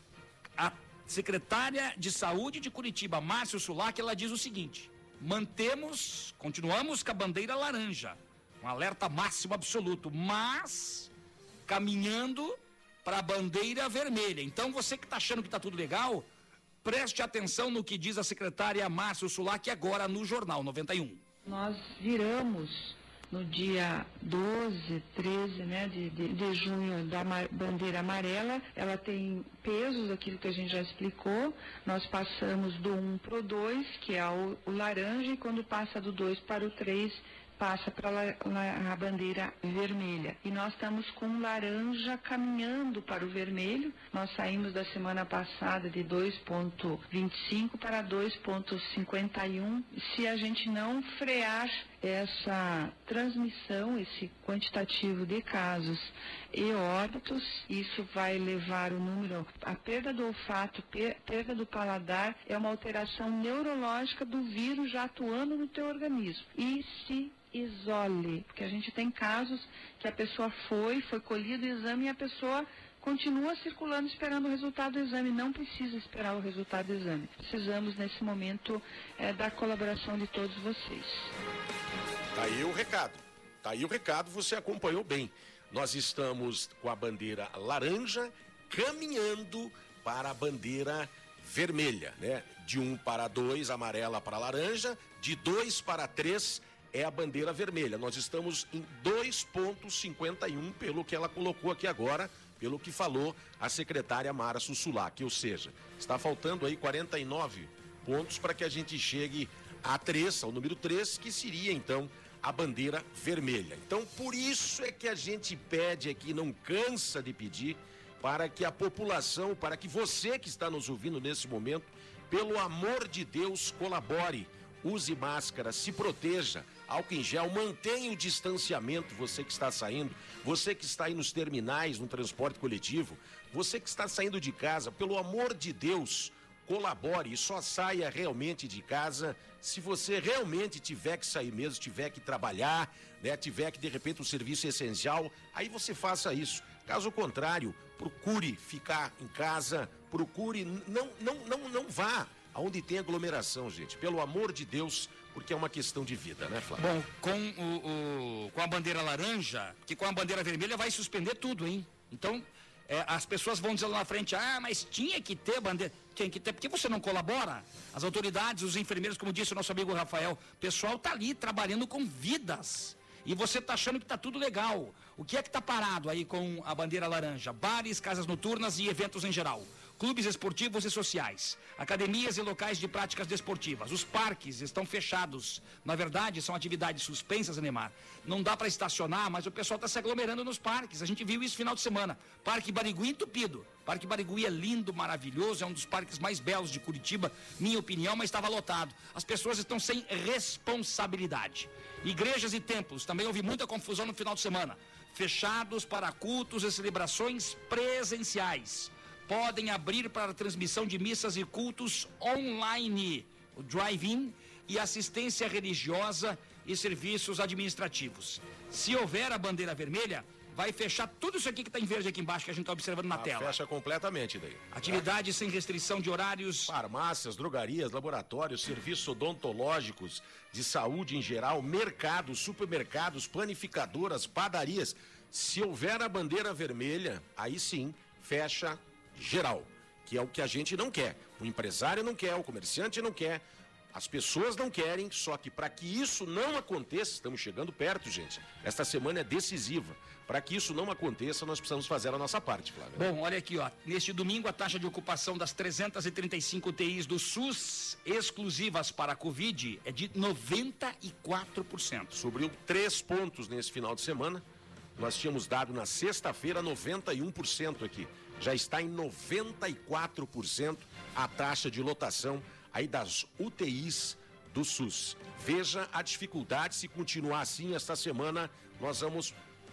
Speaker 3: A secretária de Saúde de Curitiba, Márcia Sulac, ela diz o seguinte: mantemos, continuamos com a bandeira laranja, um alerta máximo absoluto, mas caminhando para a bandeira vermelha. Então, você que está achando que está tudo legal, preste atenção no que diz a secretária Márcia Sulac agora no Jornal noventa e um.
Speaker 7: Nós viramos no dia doze, treze, né, de, de, de junho da mar, bandeira amarela. Ela tem pesos, aquilo que a gente já explicou. Nós passamos do um para o dois, que é o, o laranja, e quando passa do dois para o três, passa para a bandeira vermelha. E nós estamos com laranja caminhando para o vermelho. Nós saímos da semana passada de dois vírgula vinte e cinco para dois vírgula cinquenta e um. Se a gente não frear essa transmissão, esse quantitativo de casos e óbitos, isso vai levar o número, a perda do olfato, perda do paladar, é uma alteração neurológica do vírus já atuando no teu organismo. E se isole, porque a gente tem casos que a pessoa foi, foi colhido o exame e a pessoa continua circulando esperando o resultado do exame. Não precisa esperar o resultado do exame. Precisamos, nesse momento, é, da colaboração de todos vocês.
Speaker 2: Tá aí o recado. Tá aí o recado, você acompanhou bem. Nós estamos com a bandeira laranja caminhando para a bandeira vermelha, né? De um para dois, amarela para laranja, de dois para três é a bandeira vermelha. Nós estamos em dois vírgula cinquenta e um, pelo que ela colocou aqui agora, pelo que falou a secretária Mara Sussulak, ou seja, está faltando aí quarenta e nove pontos para que a gente chegue a três, ao número três, que seria então a bandeira vermelha. Então, por isso é que a gente pede aqui, não cansa de pedir, para que a população, para que você que está nos ouvindo nesse momento, pelo amor de Deus, colabore, use máscara, se proteja, álcool em gel, mantenha o distanciamento, você que está saindo, você que está aí nos terminais, no transporte coletivo, você que está saindo de casa, pelo amor de Deus, colabore e só saia realmente de casa se você realmente tiver que sair mesmo, tiver que trabalhar, né, tiver que de repente um serviço essencial, aí você faça isso. Caso contrário, procure ficar em casa, procure, não, não, não, não vá aonde tem aglomeração, gente, pelo amor de Deus, porque é uma questão de vida, né, Flávio?
Speaker 3: Bom, com, o, o, com a bandeira laranja, que com a bandeira vermelha vai suspender tudo, hein? Então, é, as pessoas vão dizer lá na frente, ah, mas tinha que ter bandeira, tinha que ter, porque você não colabora? As autoridades, os enfermeiros, como disse o nosso amigo Rafael, o pessoal tá ali trabalhando com vidas. E você tá achando que tá tudo legal. O que é que tá parado aí com a bandeira laranja? Bares, casas noturnas e eventos em geral. Clubes esportivos e sociais, academias e locais de práticas desportivas. Os parques estão fechados. Na verdade, são atividades suspensas, Neymar. Não dá para estacionar, mas o pessoal está se aglomerando nos parques. A gente viu isso no final de semana. Parque Barigui entupido. Parque Barigui é lindo, maravilhoso, é um dos parques mais belos de Curitiba, minha opinião, mas estava lotado. As pessoas estão sem responsabilidade. Igrejas e templos, também houve muita confusão no final de semana. Fechados para cultos e celebrações presenciais. Podem abrir para a transmissão de missas e cultos online, o drive-in e assistência religiosa e serviços administrativos. Se houver a bandeira vermelha, vai fechar tudo isso aqui que está em verde aqui embaixo, que a gente está observando na
Speaker 2: ah,
Speaker 3: tela.
Speaker 2: Fecha completamente daí.
Speaker 3: Atividades é. sem restrição de horários.
Speaker 2: Farmácias, drogarias, laboratórios, serviços odontológicos, de saúde em geral, mercados, supermercados, planificadoras, padarias. Se houver a bandeira vermelha, aí sim, fecha geral, que é o que a gente não quer. O empresário não quer, o comerciante não quer, as pessoas não querem, só que para que isso não aconteça, estamos chegando perto, gente, esta semana é decisiva, para que isso não aconteça, nós precisamos fazer a nossa parte, Flávio.
Speaker 3: Bom, olha aqui, ó, neste domingo a taxa de ocupação das trezentas e trinta e cinco U T Is do SUS, exclusivas para a Covid, é de noventa e quatro por cento.
Speaker 2: Subiu três pontos nesse final de semana, nós tínhamos dado na sexta-feira noventa e um por cento aqui. Já está em noventa e quatro por cento a taxa de lotação aí das U T Is do SUS. Veja a dificuldade, se continuar assim esta semana, nós vamos,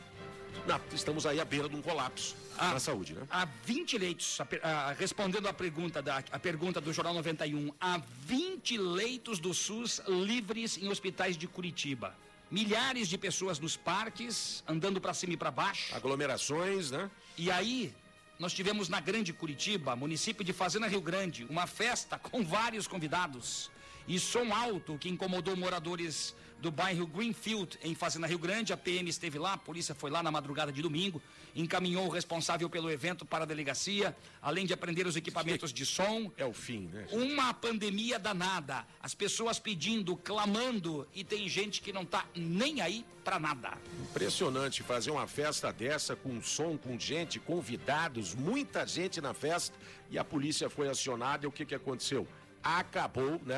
Speaker 2: não, estamos aí à beira de um colapso ah, na saúde, né?
Speaker 3: Há vinte leitos, a, a, respondendo a pergunta, da, a pergunta do Jornal noventa e um, há vinte leitos do SUS livres em hospitais de Curitiba. Milhares de pessoas nos parques, andando para cima e para baixo.
Speaker 2: Aglomerações, né?
Speaker 3: E aí, nós tivemos na Grande Curitiba, município de Fazenda Rio Grande, uma festa com vários convidados e som alto que incomodou moradores do bairro Greenfield, em Fazenda Rio Grande. A P M esteve lá, a polícia foi lá na madrugada de domingo, encaminhou o responsável pelo evento para a delegacia, além de apreender os equipamentos de som.
Speaker 2: É o fim, né?
Speaker 3: Uma pandemia danada, as pessoas pedindo, clamando, e tem gente que não tá nem aí para nada.
Speaker 2: Impressionante fazer uma festa dessa com som, com gente, convidados, muita gente na festa, e a polícia foi acionada. E o que que aconteceu? Acabou, né,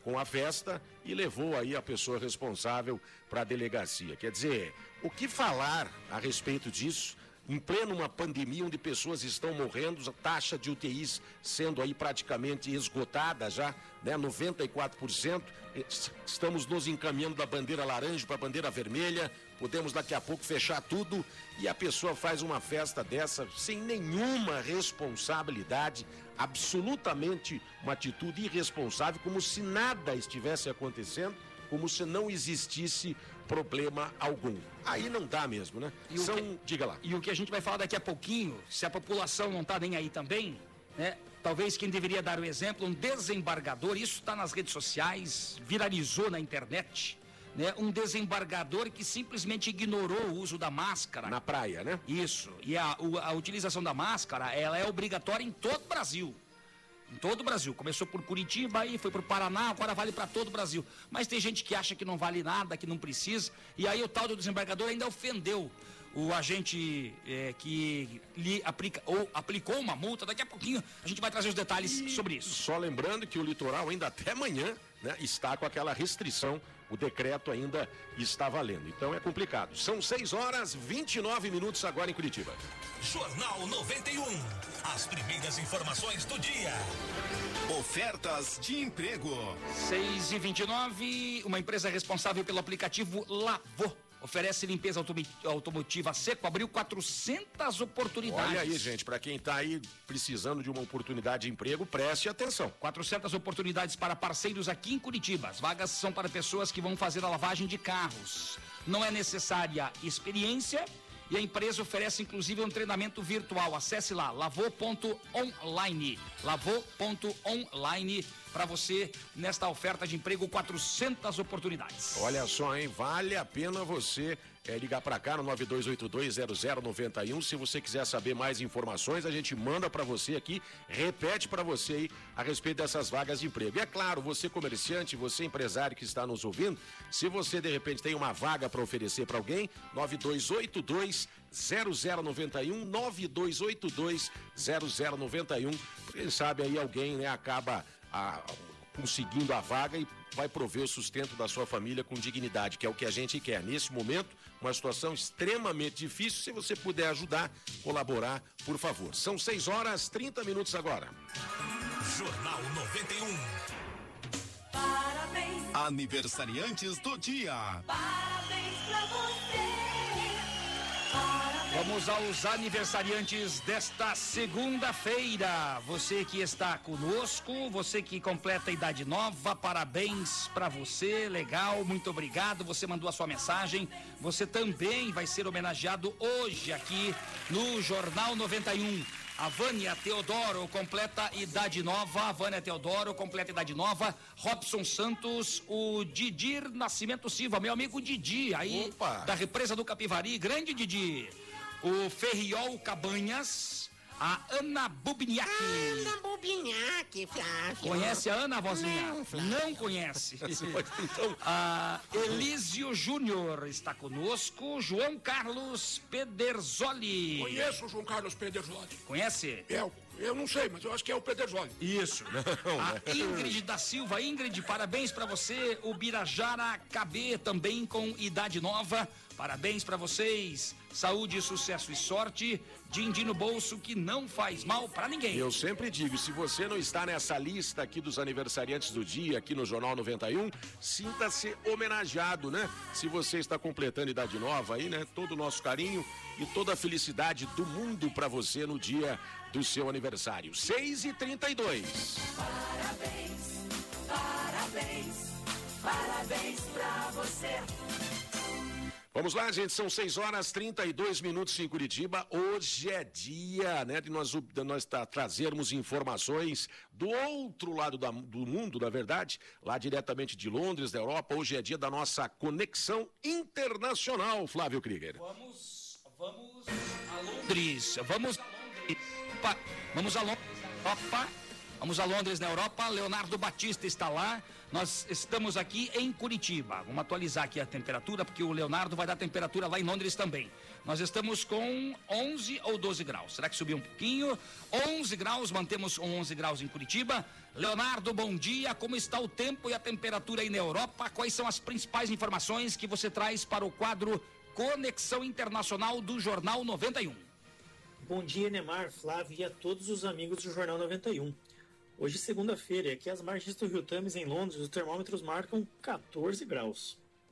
Speaker 2: com a festa e levou aí a pessoa responsável para a delegacia. Quer dizer, o que falar a respeito disso? Em pleno uma pandemia onde pessoas estão morrendo, a taxa de U T Is sendo aí praticamente esgotada já, né, noventa e quatro por cento, estamos nos encaminhando da bandeira laranja para a bandeira vermelha, podemos daqui a pouco fechar tudo e a pessoa faz uma festa dessa sem nenhuma responsabilidade, absolutamente uma atitude irresponsável, como se nada estivesse acontecendo, como se não existisse problema algum. Aí não dá mesmo, né?
Speaker 3: E o
Speaker 2: São,
Speaker 3: que,
Speaker 2: diga lá.
Speaker 3: E o que a gente vai falar daqui a pouquinho, se a população não está nem aí também, né? Talvez quem deveria dar o exemplo, um desembargador, isso está nas redes sociais, viralizou na internet, né? Um desembargador que simplesmente ignorou o uso da máscara.
Speaker 2: Na praia, né?
Speaker 3: Isso. E a, a utilização da máscara, ela é obrigatória em todo o Brasil. Em todo o Brasil. Começou por Curitiba, aí foi por Paraná, agora vale para todo o Brasil. Mas tem gente que acha que não vale nada, que não precisa. E aí o tal do desembargador ainda ofendeu o agente é, que lhe aplica, ou aplicou uma multa. Daqui a pouquinho a gente vai trazer os detalhes
Speaker 2: e
Speaker 3: sobre isso.
Speaker 2: Só lembrando que o litoral ainda até amanhã, né, está com aquela restrição. O decreto ainda está valendo. Então é complicado. São seis horas e vinte e nove minutos agora em Curitiba.
Speaker 1: Jornal noventa e um. As primeiras informações do dia. Ofertas de emprego.
Speaker 3: seis e vinte e nove. Uma empresa responsável pelo aplicativo Lavô oferece limpeza automotiva seco, abriu quatrocentas oportunidades.
Speaker 2: Olha aí, gente, para quem está aí precisando de uma oportunidade de emprego, preste atenção.
Speaker 3: quatrocentas oportunidades para parceiros aqui em Curitiba. As vagas são para pessoas que vão fazer a lavagem de carros. Não é necessária experiência e a empresa oferece inclusive um treinamento virtual. Acesse lá, lavô ponto online. lavô ponto online para você nesta oferta de emprego, quatrocentas oportunidades.
Speaker 2: Olha só, hein? Vale a pena você é, ligar para cá no nove dois oito dois zero zero nove um. Se você quiser saber mais informações, a gente manda para você aqui, repete para você aí a respeito dessas vagas de emprego. E é claro, você comerciante, você empresário que está nos ouvindo, se você de repente tem uma vaga para oferecer para alguém, nove dois oito dois zero zero nove um, nove dois oito dois zero zero nove um. Quem sabe aí alguém, né, acaba a, conseguindo a vaga e vai prover o sustento da sua família com dignidade, que é o que a gente quer. Nesse momento, uma situação extremamente difícil. Se você puder ajudar, colaborar, por favor. São seis horas e trinta minutos agora.
Speaker 1: Jornal noventa e um.
Speaker 8: Parabéns.
Speaker 1: Aniversariantes do dia.
Speaker 8: Parabéns pra você. Parabéns.
Speaker 3: Vamos aos aniversariantes desta segunda-feira. Você que está conosco, você que completa a idade nova, parabéns para você, legal, muito obrigado. Você mandou a sua mensagem. Você também vai ser homenageado hoje aqui no Jornal noventa e um. A Vânia Teodoro completa idade nova. A Vânia Teodoro completa idade nova. Robson Santos, o Didir Nascimento Silva, meu amigo Didi, aí
Speaker 2: Opa.
Speaker 3: da Represa do Capivari, grande Didi. O Ferriol Cabanhas, a Ana Bubniak.
Speaker 5: Ana Bubniak, Flávio.
Speaker 3: Conhece a Ana, vozinha?
Speaker 5: Não, Flávio.
Speaker 3: Não conhece.
Speaker 2: Então,
Speaker 3: A Elísio Júnior está conosco. João Carlos Pederzoli.
Speaker 4: Conheço o João Carlos Pederzoli.
Speaker 3: Conhece?
Speaker 4: Eu, eu não sei, mas eu acho que é o Pederzoli.
Speaker 3: Isso. A Ingrid da Silva. Ingrid, parabéns pra você. O Birajara K B também com idade nova. Parabéns pra vocês. Saúde, sucesso e sorte. Din-din no bolso que não faz mal pra ninguém.
Speaker 2: eu sempre digo, se você não está nessa lista aqui dos aniversariantes do dia, aqui no Jornal noventa e um, sinta-se homenageado, né? Se você está completando idade nova aí, né? Todo o nosso carinho e toda a felicidade do mundo pra você no dia do seu aniversário. seis e trinta e dois.
Speaker 8: Parabéns, parabéns, parabéns pra você.
Speaker 2: Vamos lá, gente, são seis horas e trinta e dois minutos em Curitiba. Hoje é dia, né, de nós, de nós tá, trazermos informações do outro lado da, do mundo, na verdade, lá diretamente de Londres, da Europa. Hoje é dia da nossa conexão internacional, Flávio Krieger.
Speaker 3: Vamos, vamos a Londres. Vamos a Londres. Opa, vamos a Londres. Opa. Vamos a Londres, na Europa. Leonardo Batista está lá. Nós estamos aqui em Curitiba. Vamos atualizar aqui a temperatura, porque o Leonardo vai dar temperatura lá em Londres também. Nós estamos com onze ou doze graus. Será que subiu um pouquinho? onze graus, mantemos onze graus em Curitiba. Leonardo, bom dia. Como está o tempo e a temperatura aí na Europa? Quais são as principais informações que você traz para o quadro Conexão Internacional do Jornal noventa e um?
Speaker 9: Bom dia, Neymar, Flávio e a todos os amigos do Jornal noventa e um. Hoje, segunda-feira, aqui às margens do Rio Thames, em Londres, os termômetros marcam catorze graus.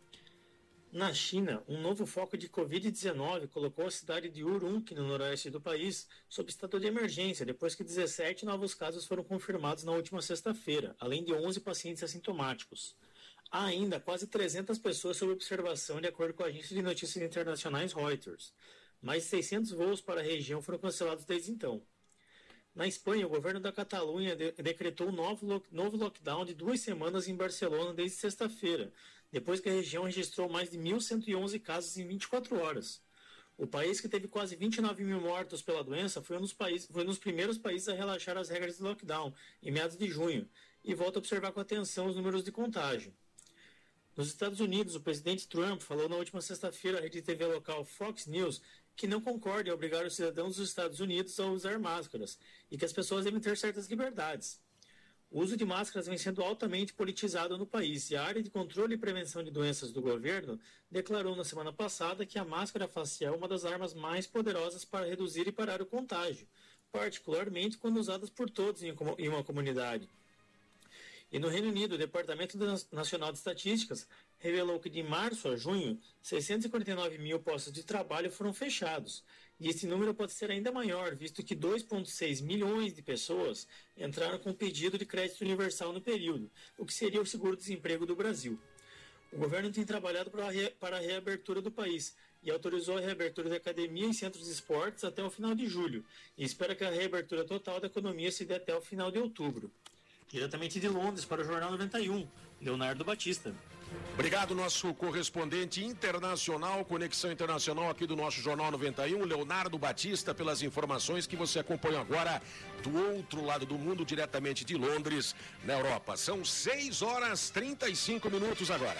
Speaker 9: Na China, um novo foco de covid dezenove colocou a cidade de Urumqi, no noroeste do país, sob estado de emergência, depois que dezessete novos casos foram confirmados na última sexta-feira, além de onze pacientes assintomáticos. Há ainda quase trezentas pessoas sob observação, de acordo com a agência de notícias internacionais Reuters. Mais de seiscentos voos para a região foram cancelados desde então. Na Espanha, o governo da Catalunha de- decretou um novo, lo- novo lockdown de duas semanas em Barcelona desde sexta-feira, depois que a região registrou mais de mil cento e onze casos em vinte e quatro horas. O país, que teve quase vinte e nove mil mortos pela doença, foi um dos, países, foi um dos primeiros países a relaxar as regras de lockdown, em meados de junho, e volta a observar com atenção os números de contágio. Nos Estados Unidos, o presidente Trump falou na última sexta-feira à rede de T V local Fox News que não concorda em obrigar os cidadãos dos Estados Unidos a usar máscaras e que as pessoas devem ter certas liberdades. O uso de máscaras vem sendo altamente politizado no país e a área de controle e prevenção de doenças do governo declarou na semana passada que a máscara facial é uma das armas mais poderosas para reduzir e parar o contágio, particularmente quando usadas por todos em uma comunidade. E no Reino Unido, o Departamento Nacional de Estatísticas revelou que de março a junho, seiscentos e quarenta e nove mil postos de trabalho foram fechados. E esse número pode ser ainda maior, visto que dois vírgula seis milhões de pessoas entraram com pedido de crédito universal no período, o que seria o seguro-desemprego do Brasil. O governo tem trabalhado para a, re... para a reabertura do país e autorizou a reabertura da academia e centros de esportes até o final de julho, e espera que a reabertura total da economia se dê até o final de outubro. Diretamente de Londres para o Jornal noventa e um, Leonardo Batista.
Speaker 2: Obrigado, nosso correspondente internacional, Conexão Internacional aqui do nosso Jornal noventa e um, Leonardo Batista, pelas informações que você acompanha agora do outro lado do mundo, diretamente de Londres, na Europa. São seis horas e trinta e cinco minutos agora.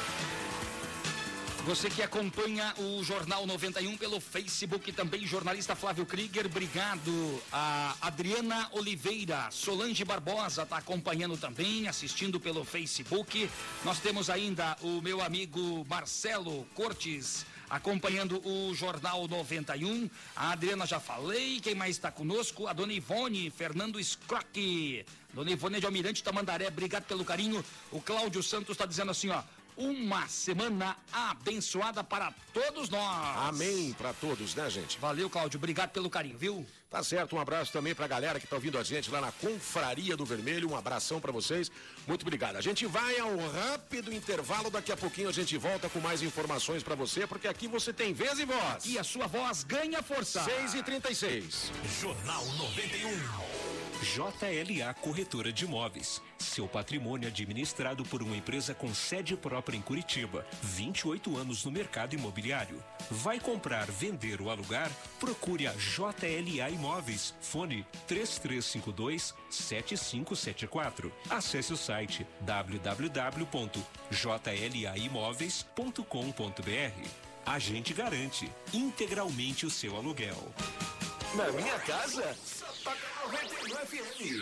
Speaker 3: Você que acompanha o Jornal noventa e um pelo Facebook, também jornalista Flávio Krieger, obrigado. A Adriana Oliveira, Solange Barbosa está acompanhando também, assistindo pelo Facebook. Nós temos ainda o meu amigo Marcelo Cortes acompanhando o Jornal noventa e um. A Adriana já falei, quem mais está conosco? A dona Ivone, Fernando Scrock. Dona Ivone de Almirante Tamandaré, obrigado pelo carinho. O Cláudio Santos está dizendo assim, ó: uma semana abençoada para todos nós.
Speaker 2: Amém para todos, né, gente?
Speaker 3: Valeu, Cláudio, obrigado pelo carinho, viu?
Speaker 2: Tá certo, um abraço também pra galera que tá ouvindo a gente lá na Confraria do Vermelho, um abração pra vocês, muito obrigado. A gente vai ao rápido intervalo, daqui a pouquinho a gente volta com mais informações pra você, porque aqui você tem vez e voz.
Speaker 3: E a sua voz ganha força.
Speaker 2: seis e trinta e seis.
Speaker 1: Jornal noventa e um.
Speaker 6: J L A Corretora de Imóveis. Seu patrimônio administrado por uma empresa com sede própria em Curitiba. vinte e oito anos no mercado imobiliário. Vai comprar, vender ou alugar? Procure a J L A Imóveis. Fone três três cinco dois, sete cinco sete quatro. Acesse o site w w w ponto j l a imóveis ponto com ponto b r. A gente garante integralmente o seu aluguel.
Speaker 1: Na minha casa, só toca noventa e um F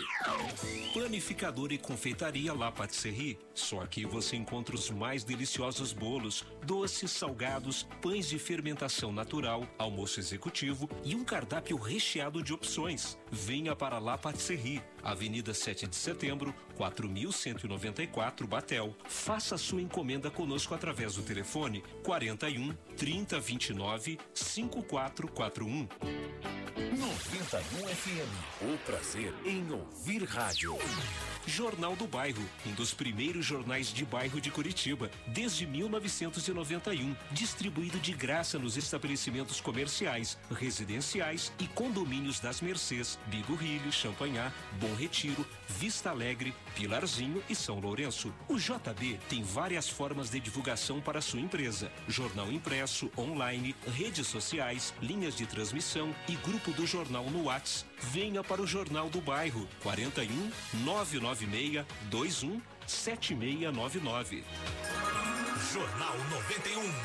Speaker 1: M.
Speaker 6: Planificador e confeitaria La Patisserie. Só aqui você encontra os mais deliciosos bolos, doces, salgados, pães de fermentação natural, almoço executivo e um cardápio recheado de opções. Venha para La Patisserie, Avenida sete de Setembro, quatro mil cento e noventa e quatro, Batel. Faça sua encomenda conosco através do telefone quarenta e um, trinta, vinte e nove, cinquenta e quatro quarenta e um.
Speaker 1: noventa e um F M. O prazer em ouvir rádio.
Speaker 6: Jornal do Bairro, um dos primeiros jornais de bairro de Curitiba, desde mil novecentos e noventa e um, distribuído de graça nos estabelecimentos comerciais, residenciais e condomínios das Mercês, Bigorrilho, Champanhar, Bom Retiro, Vista Alegre, Pilarzinho e São Lourenço. O J B tem várias formas de divulgação para a sua empresa: jornal impresso, online, redes sociais, linhas de transmissão e grupo do jornal no WhatsApp. Venha para o Jornal do Bairro, quarenta e um, nove nove seis, dois um, sete seis nove nove.
Speaker 1: Jornal noventa e um.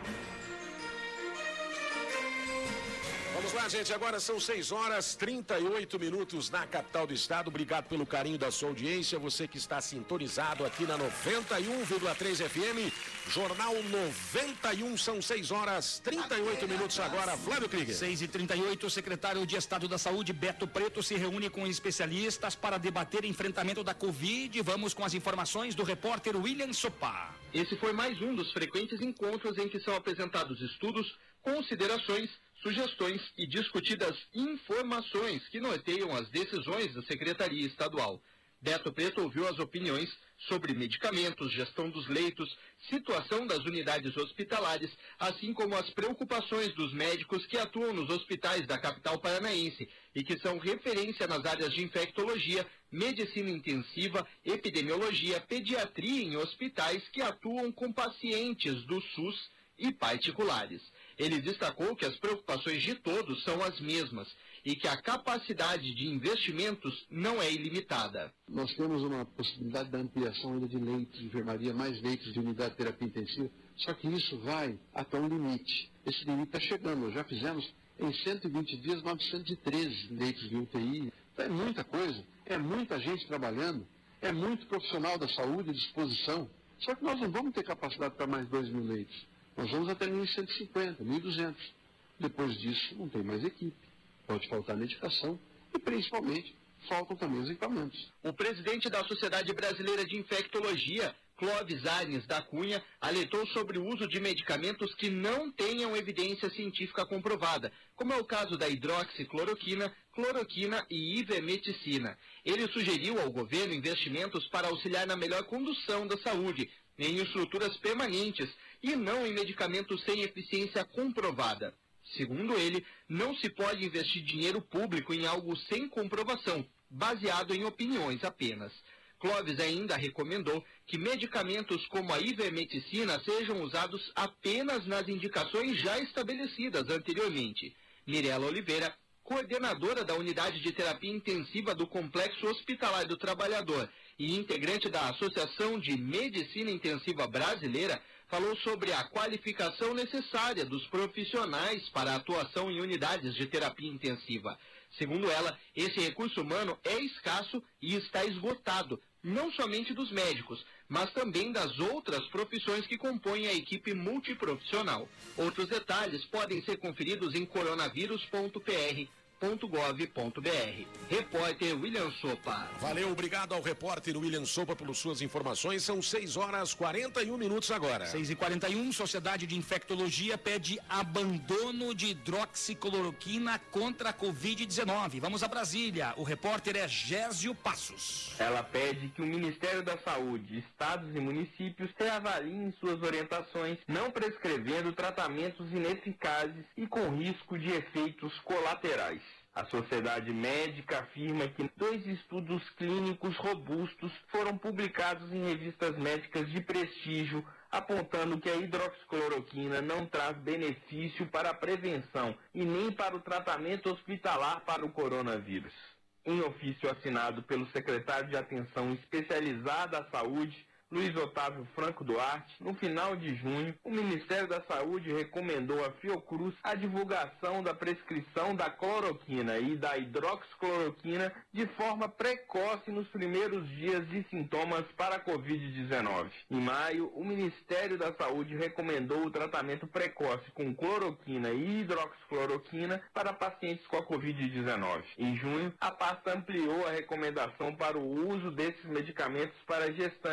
Speaker 2: Vamos lá, gente, agora são seis horas trinta e oito minutos na capital do estado. Obrigado pelo carinho da sua audiência, você que está sintonizado aqui na noventa e um vírgula três F M, Jornal noventa e um, são seis horas trinta e oito minutos agora. Flávio Krieger.
Speaker 3: seis e trinta e oito, o secretário de Estado da Saúde, Beto Preto, se reúne com especialistas para debater enfrentamento da Covid. Vamos com as informações do repórter William Sopá.
Speaker 10: Esse foi mais um dos frequentes encontros em que são apresentados estudos, considerações, sugestões e discutidas informações que norteiam as decisões da Secretaria Estadual. Beto Preto ouviu as opiniões sobre medicamentos, gestão dos leitos, situação das unidades hospitalares, assim como as preocupações dos médicos que atuam nos hospitais da capital paranaense e que são referência nas áreas de infectologia, medicina intensiva, epidemiologia, pediatria em hospitais que atuam com pacientes do SUS e particulares. Ele destacou que as preocupações de todos são as mesmas e que a capacidade de investimentos não é ilimitada.
Speaker 11: Nós temos uma possibilidade da ampliação ainda de leitos de enfermaria, mais leitos de unidade de terapia intensiva, só que isso vai até um limite. Esse limite está chegando, nós já fizemos em cento e vinte dias novecentos e treze leitos de U T I. Então é muita coisa, é muita gente trabalhando, é muito profissional da saúde à disposição, só que nós não vamos ter capacidade para mais dois mil leitos. Nós vamos até mil cento e cinquenta, mil e duzentos. Depois disso, não tem mais equipe. Pode faltar medicação e, principalmente, faltam também os equipamentos.
Speaker 10: O presidente da Sociedade Brasileira de Infectologia, Clóvis Arnes da Cunha, alertou sobre o uso de medicamentos que não tenham evidência científica comprovada, como é o caso da hidroxicloroquina, cloroquina e ivermectina. Ele sugeriu ao governo investimentos para auxiliar na melhor condução da saúde, em estruturas permanentes e não em medicamentos sem eficiência comprovada. Segundo ele, não se pode investir dinheiro público em algo sem comprovação, baseado em opiniões apenas. Clóvis ainda recomendou que medicamentos como a ivermectina sejam usados apenas nas indicações já estabelecidas anteriormente. Mirela Oliveira, coordenadora da Unidade de Terapia Intensiva do Complexo Hospitalar do Trabalhador e integrante da Associação de Medicina Intensiva Brasileira, falou sobre a qualificação necessária dos profissionais para a atuação em unidades de terapia intensiva. Segundo ela, esse recurso humano é escasso e está esgotado, não somente dos médicos, mas também das outras profissões que compõem a equipe multiprofissional. Outros detalhes podem ser conferidos em coronavírus ponto p r ponto gov ponto b r. Repórter William Sopa.
Speaker 2: Valeu, obrigado ao repórter William Sopa pelas suas informações. São seis horas e quarenta e um minutos agora.
Speaker 3: seis e quarenta e um, Sociedade de Infectologia pede abandono de hidroxicloroquina contra a covid dezenove. Vamos a Brasília. O repórter é Gésio Passos.
Speaker 12: Ela pede que o Ministério da Saúde, estados e municípios reavaliem suas orientações, não prescrevendo tratamentos ineficazes e com risco de efeitos colaterais. A sociedade médica afirma que dois estudos clínicos robustos foram publicados em revistas médicas de prestígio, apontando que a hidroxicloroquina não traz benefício para a prevenção e nem para o tratamento hospitalar para o coronavírus. Em ofício assinado pelo secretário de Atenção Especializada à Saúde, Luiz Otávio Franco Duarte, no final de junho, o Ministério da Saúde recomendou à Fiocruz a divulgação da prescrição da cloroquina e da hidroxicloroquina de forma precoce nos primeiros dias de sintomas para a covid dezenove. Em maio, o Ministério da Saúde recomendou o tratamento precoce com cloroquina e hidroxicloroquina para pacientes com a covid dezenove. Em junho, a pasta ampliou a recomendação para o uso desses medicamentos para gestantes, crianças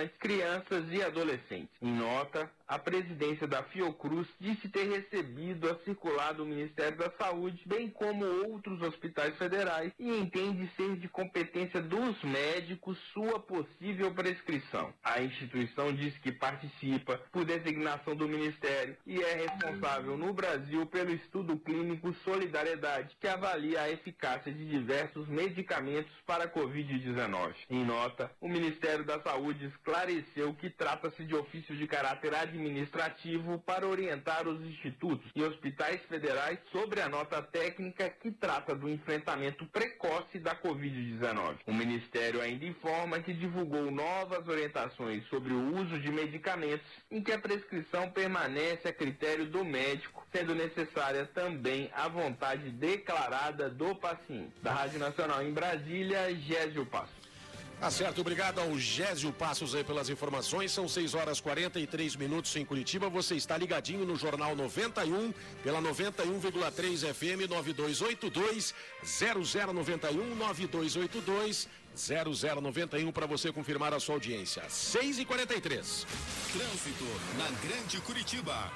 Speaker 12: crianças e adolescentes. Em nota, a presidência da Fiocruz disse ter recebido a circular do Ministério da Saúde, bem como outros hospitais federais, e entende ser de competência dos médicos sua possível prescrição. A instituição diz que participa por designação do Ministério e é responsável no Brasil pelo estudo clínico Solidariedade, que avalia a eficácia de diversos medicamentos para a covid dezenove. Em nota, o Ministério da Saúde esclareceu que trata-se de ofício de caráter administrativo para orientar os institutos e hospitais federais sobre a nota técnica que trata do enfrentamento precoce da covid dezenove. O Ministério ainda informa que divulgou novas orientações sobre o uso de medicamentos em que a prescrição permanece a critério do médico, sendo necessária também a vontade declarada do paciente. Da Rádio Nacional em Brasília, Gésio Passos.
Speaker 2: Tá certo, obrigado ao Gésio Passos aí pelas informações. São seis horas e quarenta e três minutos em Curitiba. Você está ligadinho no Jornal noventa e um, pela noventa e um vírgula três F M, nove dois oito dois, zero zero nove um, nove dois oito dois, zero zero nove um para você confirmar a sua audiência. seis e quarenta e três.
Speaker 1: Trânsito na Grande Curitiba.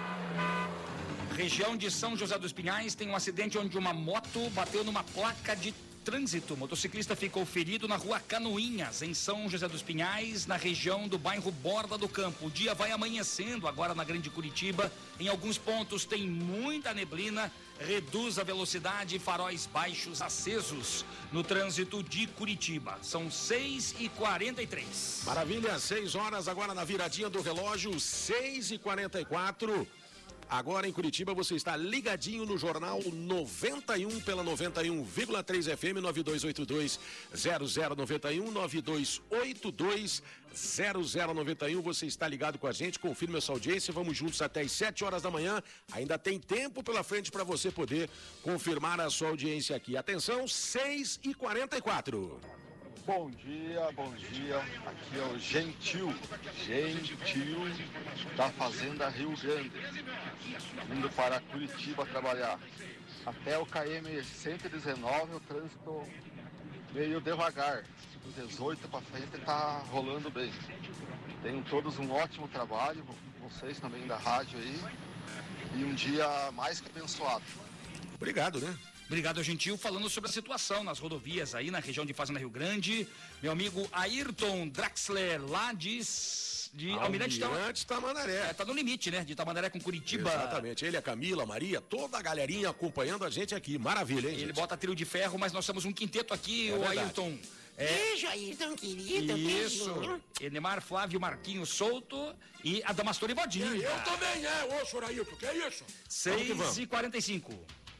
Speaker 3: Região de São José dos Pinhais tem um acidente onde uma moto bateu numa placa de trânsito. O motociclista ficou ferido na rua Canoinhas, em São José dos Pinhais, na região do bairro Borda do Campo. O dia vai amanhecendo agora na Grande Curitiba. Em alguns pontos tem muita neblina. Reduz a velocidade e faróis baixos acesos no trânsito de Curitiba. São seis e quarenta e três.
Speaker 2: Maravilha, seis horas agora na viradinha do relógio, seis e quarenta e quatro. Agora em Curitiba você está ligadinho no Jornal noventa e um pela noventa e um vírgula três F M, nove dois oito dois, zero zero nove um, nove dois oito dois, zero zero nove um. Você está ligado com a gente, confirme essa audiência, vamos juntos até as sete horas da manhã. Ainda tem tempo pela frente para você poder confirmar a sua audiência aqui. Atenção, seis e quarenta e quatro.
Speaker 13: Bom dia, bom dia. Aqui é o Gentil, Gentil da Fazenda Rio Grande, indo para Curitiba trabalhar. Até o K M cento e dezenove o trânsito meio devagar. Do dezoito para frente está rolando bem. Tenham todos um ótimo trabalho, vocês também da rádio aí, e um dia mais que abençoado.
Speaker 2: Obrigado, né?
Speaker 3: Obrigado, Gentil. Falando sobre a situação nas rodovias aí na região de Fazenda Rio Grande, meu amigo Ayrton Draxler, lá de, de Almirante,
Speaker 2: Almirante Tamandaré.
Speaker 3: É, tá no limite, né? De Tamandaré com Curitiba.
Speaker 2: Exatamente. Ele, a Camila, a Maria, toda a galerinha acompanhando a gente aqui. Maravilha, hein,
Speaker 3: Ele
Speaker 2: gente?
Speaker 3: bota trio de ferro, mas nós somos um quinteto aqui,
Speaker 2: É
Speaker 3: o
Speaker 2: verdade.
Speaker 3: Ayrton. É,
Speaker 5: Beijo, Ayrton, querido.
Speaker 3: isso.
Speaker 5: Beijinho.
Speaker 3: Enemar, Flávio, Marquinhos Souto e a Damastor e Bodinho.
Speaker 4: Eu também, né? Ô, senhor Ailton, que é isso?
Speaker 3: seis e quarenta e cinco.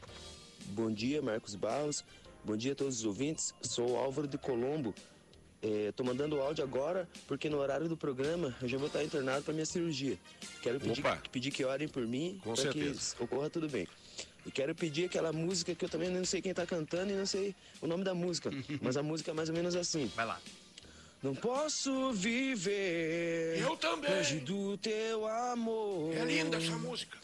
Speaker 14: Bom dia, Marcos Barros. Bom dia a todos os ouvintes. Sou o Álvaro de Colombo. Estou mandando o áudio agora porque no horário do programa eu já vou estar internado para minha cirurgia. Quero pedir, pedir que orem por mim para que ocorra tudo bem. E quero pedir aquela música que eu também não sei quem está cantando e não sei o nome da música, mas a música é mais ou menos assim.
Speaker 3: Vai lá.
Speaker 14: Não posso viver
Speaker 4: Eu também.
Speaker 14: longe do teu amor.
Speaker 4: É linda essa música.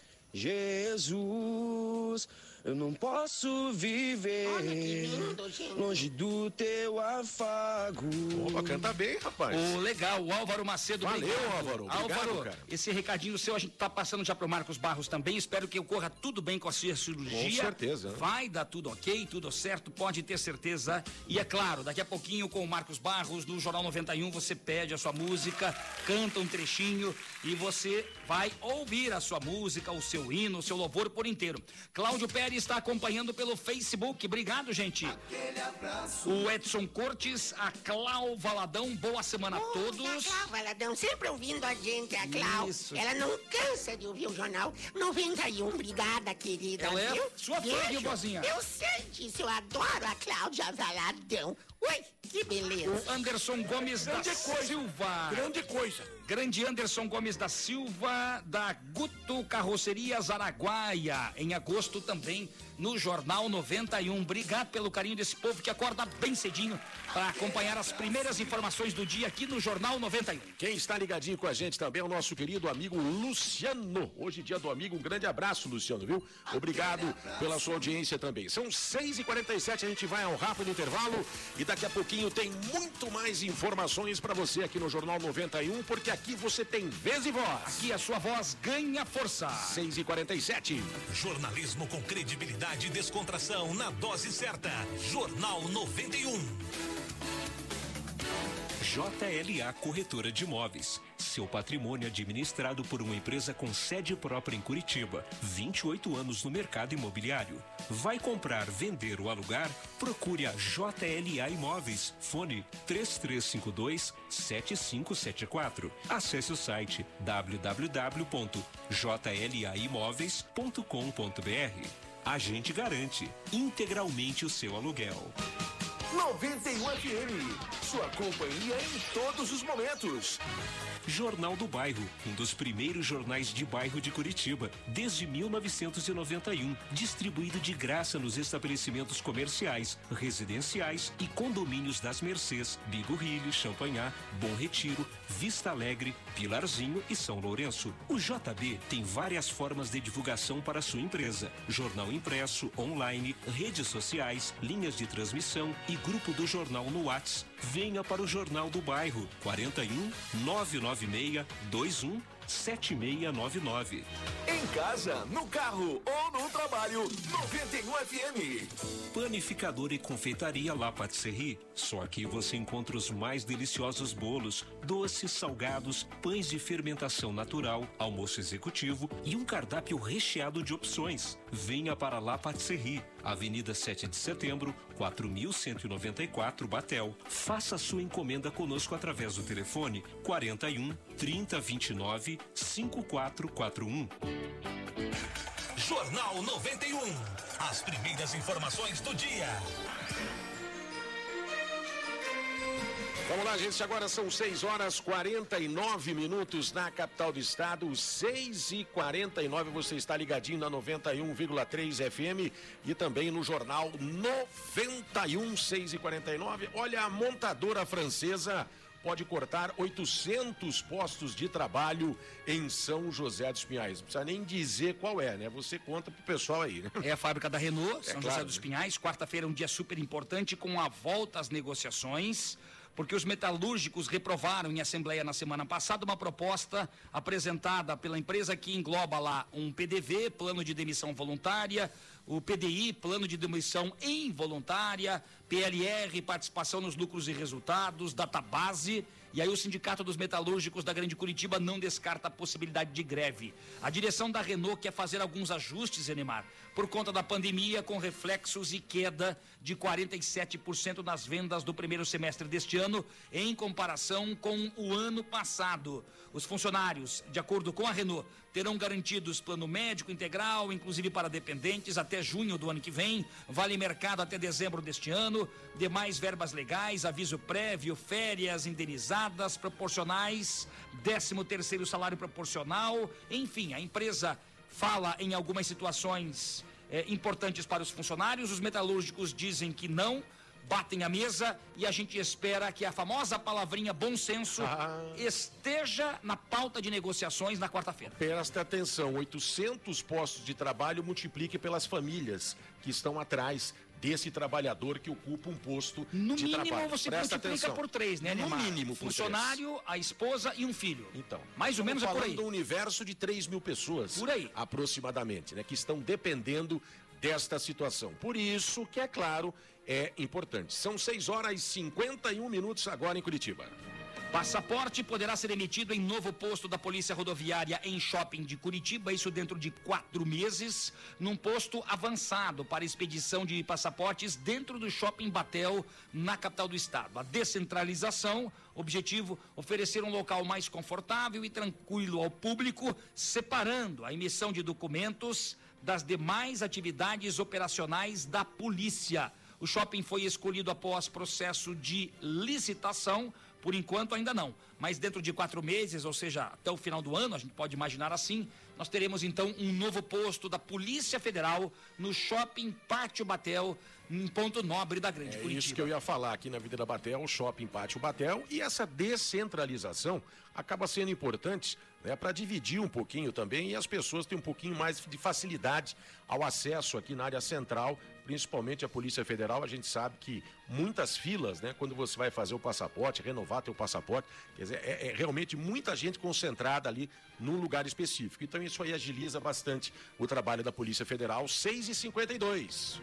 Speaker 14: Jesus, eu não posso viver longe do teu afago.
Speaker 2: Opa, canta bem, rapaz.
Speaker 3: O legal, o Álvaro Macedo.
Speaker 2: Valeu,
Speaker 3: obrigado.
Speaker 2: Álvaro. Obrigado,
Speaker 3: Álvaro,
Speaker 2: cara.
Speaker 3: esse recadinho seu a gente tá passando já pro Marcos Barros também. Espero que ocorra tudo bem com a sua cirurgia.
Speaker 2: Com certeza.
Speaker 3: Vai dar tudo ok, tudo certo, pode ter certeza. E é claro, daqui a pouquinho com o Marcos Barros no Jornal noventa e um você pede a sua música, canta um trechinho e você vai ouvir a sua música, o seu hino, o seu louvor por inteiro. Cláudio Pérez está acompanhando pelo Facebook. Obrigado, gente. O Edson Cortes, a Clau Valadão, boa semana a todos.
Speaker 5: A Clau Valadão, sempre ouvindo a gente, a Clau.
Speaker 3: Isso.
Speaker 5: Ela não cansa de ouvir o Jornal noventa e um. Obrigada, querida.
Speaker 3: Ela é
Speaker 5: viu?
Speaker 3: sua fã, viu, vozinha?
Speaker 5: Eu sei disso, eu adoro a Cláudia Valadão. Ui, que beleza.
Speaker 3: O Anderson Gomes da
Speaker 4: Grande coisa.
Speaker 3: Silva.
Speaker 4: Grande coisa.
Speaker 3: Grande Anderson Gomes da Silva, da Guto Carrocerias Araguaia. Em agosto também no Jornal noventa e um. Obrigado pelo carinho desse povo que acorda bem cedinho para acompanhar as primeiras informações do dia aqui no Jornal noventa e um.
Speaker 2: Quem está ligadinho com a gente também é o nosso querido amigo Luciano. Hoje, dia do amigo, um grande abraço, Luciano, viu? Obrigado pela sua audiência também. São seis e quarenta e sete, a gente vai ao rápido intervalo e daqui a pouquinho tem muito mais informações para você aqui no Jornal noventa e um, porque aqui você tem vez e voz.
Speaker 3: Aqui a sua voz ganha força.
Speaker 2: seis e quarenta e sete.
Speaker 15: Jornalismo com credibilidade e descontração na dose certa. Jornal noventa e um.
Speaker 6: J L A Corretora de Imóveis. Seu patrimônio administrado por uma empresa com sede própria em Curitiba. vinte e oito anos no mercado imobiliário. Vai comprar, vender ou alugar? Procure a J L A Imóveis. Fone três três cinco dois sete cinco sete quatro. Acesse o site w w w ponto j l a imóveis ponto com ponto b r. A gente garante integralmente o seu aluguel.
Speaker 15: noventa e um F M, sua companhia em todos os momentos.
Speaker 6: Jornal do Bairro, um dos primeiros jornais de bairro de Curitiba, desde mil novecentos e noventa e um, distribuído de graça nos estabelecimentos comerciais, residenciais e condomínios das Mercês, Bigorrilho, Champanhar, Bom Retiro, Vista Alegre, Pilarzinho e São Lourenço. O J B tem várias formas de divulgação para sua empresa: jornal impresso, online, redes sociais, linhas de transmissão e grupo do jornal no WhatsApp. Venha para o Jornal do Bairro, quarenta e um, nove nove seis, dois um, sete seis nove nove.
Speaker 15: Em casa, no carro ou no trabalho, noventa e um F M.
Speaker 6: Panificador e confeitaria La Patisserie. Só aqui você encontra os mais deliciosos bolos, doces, salgados, pães de fermentação natural, almoço executivo e um cardápio recheado de opções. Venha para La Patisserie, Avenida sete de Setembro, quatro mil cento e noventa e quatro, Batel. Faça sua encomenda conosco através do telefone quarenta e um, trinta, vinte e nove, cinquenta e quatro quarenta e um.
Speaker 15: Jornal noventa e um. As primeiras informações do dia.
Speaker 2: Vamos lá, gente, agora são seis horas e quarenta e nove minutos na capital do estado, seis e quarenta e nove, você está ligadinho na noventa e um vírgula três F M e também no Jornal noventa e um, seis e quarenta e nove. Olha, a montadora francesa pode cortar oitocentos postos de trabalho em São José dos Pinhais. Não precisa nem dizer qual é, né? Você conta pro pessoal aí, né?
Speaker 3: É a fábrica da Renault, São
Speaker 2: é
Speaker 3: José
Speaker 2: claro,
Speaker 3: dos
Speaker 2: né?
Speaker 3: Pinhais. Quarta-feira é um dia super importante com a volta às negociações, porque os metalúrgicos reprovaram em assembleia na semana passada uma proposta apresentada pela empresa que engloba lá um P D V, plano de demissão voluntária, o P D I, plano de demissão involuntária, P L R, participação nos lucros e resultados, database. E aí o Sindicato dos Metalúrgicos da Grande Curitiba não descarta a possibilidade de greve. A direção da Renault quer fazer alguns ajustes, Enemar, por conta da pandemia, com reflexos e queda de quarenta e sete por cento nas vendas do primeiro semestre deste ano, em comparação com o ano passado. Os funcionários, de acordo com a Renault, terão garantidos plano médico integral, inclusive para dependentes, até junho do ano que vem, vale mercado até dezembro deste ano, demais verbas legais, aviso prévio, férias indenizadas, proporcionais, décimo terceiro salário proporcional, enfim, a empresa fala em algumas situações eh, importantes para os funcionários, os metalúrgicos dizem que não, batem a mesa e a gente espera que a famosa palavrinha bom senso ah. esteja na pauta de negociações na quarta-feira.
Speaker 2: Presta atenção, oitocentos postos de trabalho multiplique pelas famílias que estão atrás desse trabalhador que ocupa um posto
Speaker 3: no
Speaker 2: de trabalho.
Speaker 3: No mínimo você
Speaker 2: Presta
Speaker 3: multiplica
Speaker 2: atenção.
Speaker 3: por três, né,
Speaker 2: No
Speaker 3: Neymar?
Speaker 2: mínimo por
Speaker 3: funcionário,
Speaker 2: três.
Speaker 3: a esposa e um filho.
Speaker 2: Então,
Speaker 3: mais ou menos é por aí.
Speaker 2: Falando de um universo de três mil pessoas.
Speaker 3: Por aí.
Speaker 2: Aproximadamente, né? Que estão dependendo desta situação. Por isso que, é claro, é importante. São seis horas e cinquenta e um minutos agora em Curitiba.
Speaker 3: Passaporte poderá ser emitido em novo posto da Polícia Rodoviária em Shopping de Curitiba, isso dentro de quatro meses, num posto avançado para expedição de passaportes dentro do Shopping Batel, na capital do estado. A descentralização, objetivo, oferecer um local mais confortável e tranquilo ao público, separando a emissão de documentos das demais atividades operacionais da polícia. O shopping foi escolhido após processo de licitação. Por enquanto ainda não, mas dentro de quatro meses, ou seja, até o final do ano, a gente pode imaginar assim, nós teremos então um novo posto da Polícia Federal no Shopping Pátio Batel, em Ponto Nobre da Grande
Speaker 2: É
Speaker 3: Curitiba.
Speaker 2: isso que eu ia falar aqui na Avenida Batel, Shopping Pátio Batel, e essa descentralização acaba sendo importante, né, para dividir um pouquinho também e as pessoas terem um pouquinho mais de facilidade ao acesso aqui na área central, principalmente a Polícia Federal. A gente sabe que muitas filas, né, quando você vai fazer o passaporte, renovar teu passaporte, quer dizer, é, é realmente muita gente concentrada ali num lugar específico. Então isso aí agiliza bastante o trabalho da Polícia Federal. seis e cinquenta e dois.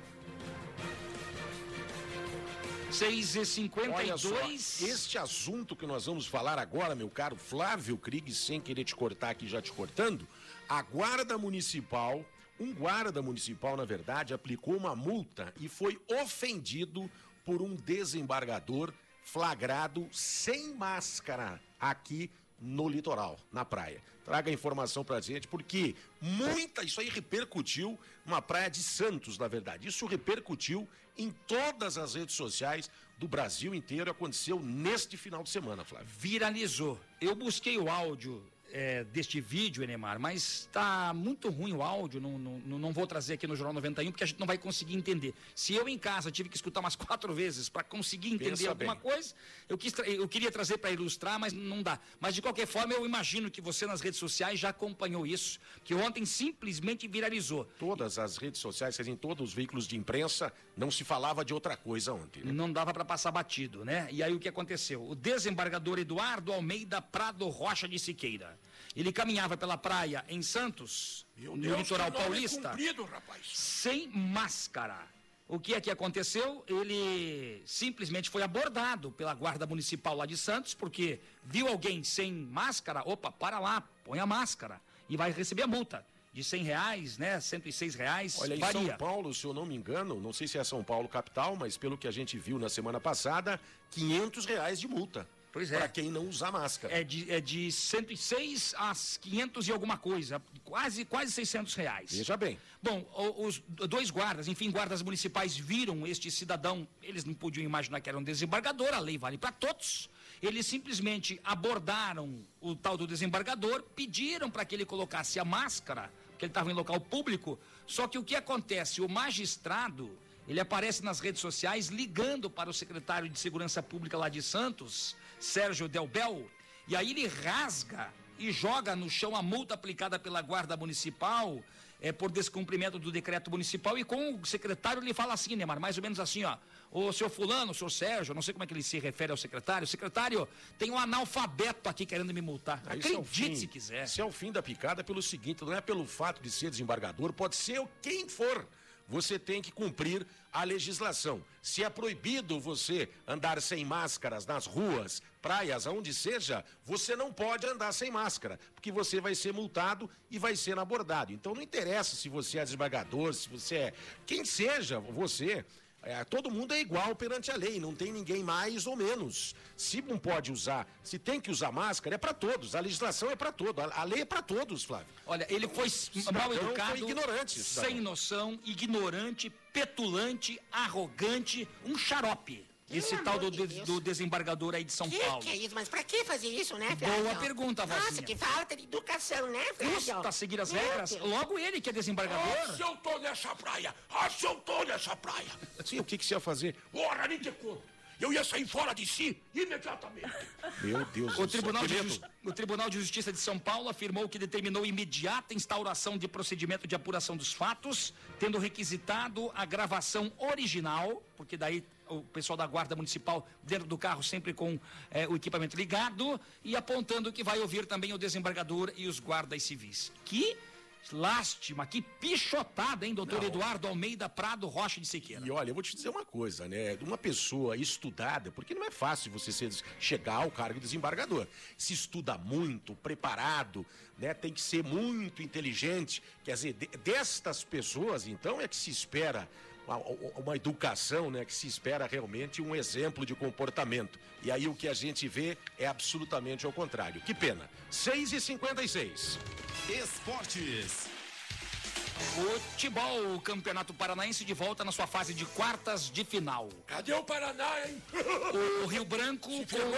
Speaker 3: seis e cinquenta e dois.
Speaker 2: Olha só, este assunto que nós vamos falar agora, meu caro Flávio Krieg, sem querer te cortar aqui, já te cortando, a Guarda Municipal, um guarda municipal, na verdade, aplicou uma multa e foi ofendido por um desembargador flagrado sem máscara aqui no litoral, na praia. Traga a informação pra gente, porque muita, isso aí repercutiu numa praia de Santos, na verdade. Isso repercutiu em todas as redes sociais do Brasil inteiro. Aconteceu neste final de semana, Flávio.
Speaker 3: Viralizou. Eu busquei o áudio é, deste vídeo, Enemar, mas está muito ruim o áudio, não, não, não vou trazer aqui no Jornal noventa e um, porque a gente não vai conseguir entender. Se eu em casa tive que escutar umas quatro vezes para conseguir entender
Speaker 2: Pensa
Speaker 3: alguma
Speaker 2: bem.
Speaker 3: coisa, eu, quis, eu queria trazer para ilustrar, mas não dá. Mas de qualquer forma, eu imagino que você nas redes sociais já acompanhou isso, que ontem simplesmente viralizou.
Speaker 2: Todas as redes sociais, quer dizer, em todos os veículos de imprensa, não se falava de outra coisa ontem, né?
Speaker 3: Não dava para passar batido, né? E aí o que aconteceu? O desembargador Eduardo Almeida Prado Rocha de Siqueira, ele caminhava pela praia em Santos, no
Speaker 4: Deus,
Speaker 3: litoral
Speaker 4: que nome
Speaker 3: paulista,
Speaker 4: comprido, rapaz.
Speaker 3: sem máscara. O que é que aconteceu? Ele simplesmente foi abordado pela guarda municipal lá de Santos, porque viu alguém sem máscara, opa, para lá, põe a máscara e vai receber a multa de cem reais, né, cento e seis reais,
Speaker 2: Olha, em
Speaker 3: varia.
Speaker 2: São Paulo, se eu não me engano, não sei se é São Paulo capital, mas pelo que a gente viu na semana passada, quinhentos reais de multa.
Speaker 3: Pois é.
Speaker 2: Para quem não usa máscara.
Speaker 3: É de, é de cento e seis a quinhentos e alguma coisa, quase, quase seiscentos reais.
Speaker 2: Veja bem.
Speaker 3: Bom, o- os dois guardas, enfim, guardas municipais viram este cidadão, eles não podiam imaginar que era um desembargador, a lei vale para todos. Eles simplesmente abordaram o tal do desembargador, pediram para que ele colocasse a máscara, porque ele estava em local público, só que o que acontece? O magistrado, ele aparece nas redes sociais ligando para o secretário de Segurança Pública lá de Santos, Sérgio Delbel, e aí ele rasga e joga no chão a multa aplicada pela Guarda Municipal é, por descumprimento do decreto municipal, e com o secretário ele fala assim, Neymar, mais ou menos assim, ó, ô seu fulano, seu Sérgio, não sei como é que ele se refere ao secretário, secretário, tem um analfabeto aqui querendo me multar.
Speaker 2: Ah, isso é o
Speaker 3: Acredite
Speaker 2: fim.
Speaker 3: se quiser.
Speaker 2: Isso é o fim da picada pelo seguinte, não é pelo fato de ser desembargador, pode ser quem for. Você tem que cumprir a legislação. Se é proibido você andar sem máscaras nas ruas, praias, aonde seja, você não pode andar sem máscara, porque você vai ser multado e vai ser abordado. Então não interessa se você é desembargador, se você é... Quem seja você... É, todo mundo é igual perante a lei, não tem ninguém mais ou menos. Se não pode usar, se tem que usar máscara, é para todos. A legislação é para todos, a, a lei é para todos, Flávio.
Speaker 3: Olha, ele foi
Speaker 2: Cidadão
Speaker 3: mal educado,
Speaker 2: foi ignorante, cidadão.
Speaker 3: sem noção, ignorante, petulante, arrogante, um xarope. Esse
Speaker 5: Pelo
Speaker 3: tal do,
Speaker 5: amor de
Speaker 3: de-
Speaker 5: Deus.
Speaker 3: do desembargador aí de São
Speaker 5: Que
Speaker 3: Paulo.
Speaker 5: que é isso? Mas pra que fazer isso, né,
Speaker 3: Boa
Speaker 5: Flávio?
Speaker 3: pergunta,
Speaker 5: Nossa,
Speaker 3: Valzinha.
Speaker 5: que falta de educação, né, Flávio?
Speaker 3: Custa seguir as
Speaker 5: Meu
Speaker 3: regras?
Speaker 5: Deus.
Speaker 3: Logo ele que é desembargador.
Speaker 4: Ah, se eu tô nessa praia, ah, se eu tô nessa praia.
Speaker 2: Sim, o que, que você ia fazer?
Speaker 4: Ora, nem te conto. Eu ia sair fora de si imediatamente.
Speaker 2: Meu Deus
Speaker 3: O
Speaker 2: do céu.
Speaker 3: Tribunal, de
Speaker 2: que medo.
Speaker 3: Jus- o Tribunal de Justiça de São Paulo afirmou que determinou imediata instauração de procedimento de apuração dos fatos, tendo requisitado a gravação original, porque daí o pessoal da Guarda Municipal dentro do carro sempre com eh, o equipamento ligado, e apontando que vai ouvir também o desembargador e os guardas civis. Que lástima, que pichotada, hein, doutor
Speaker 2: Não.
Speaker 3: Eduardo Almeida Prado Rocha de Siqueira.
Speaker 2: E olha, eu vou te dizer uma coisa, né? Uma pessoa estudada, porque não é fácil você ser, chegar ao cargo de desembargador. Se estuda muito, preparado, né? Tem que ser muito inteligente. Quer dizer, de- destas pessoas, então, é que se espera uma, uma educação, né? Que se espera realmente um exemplo de comportamento. E aí o que a gente vê é absolutamente ao contrário. Que pena. seis e cinquenta e seis.
Speaker 15: Esportes.
Speaker 3: Futebol, o Campeonato Paranaense de volta na sua fase de quartas de final.
Speaker 4: Cadê o Paraná, hein?
Speaker 3: O Rio Branco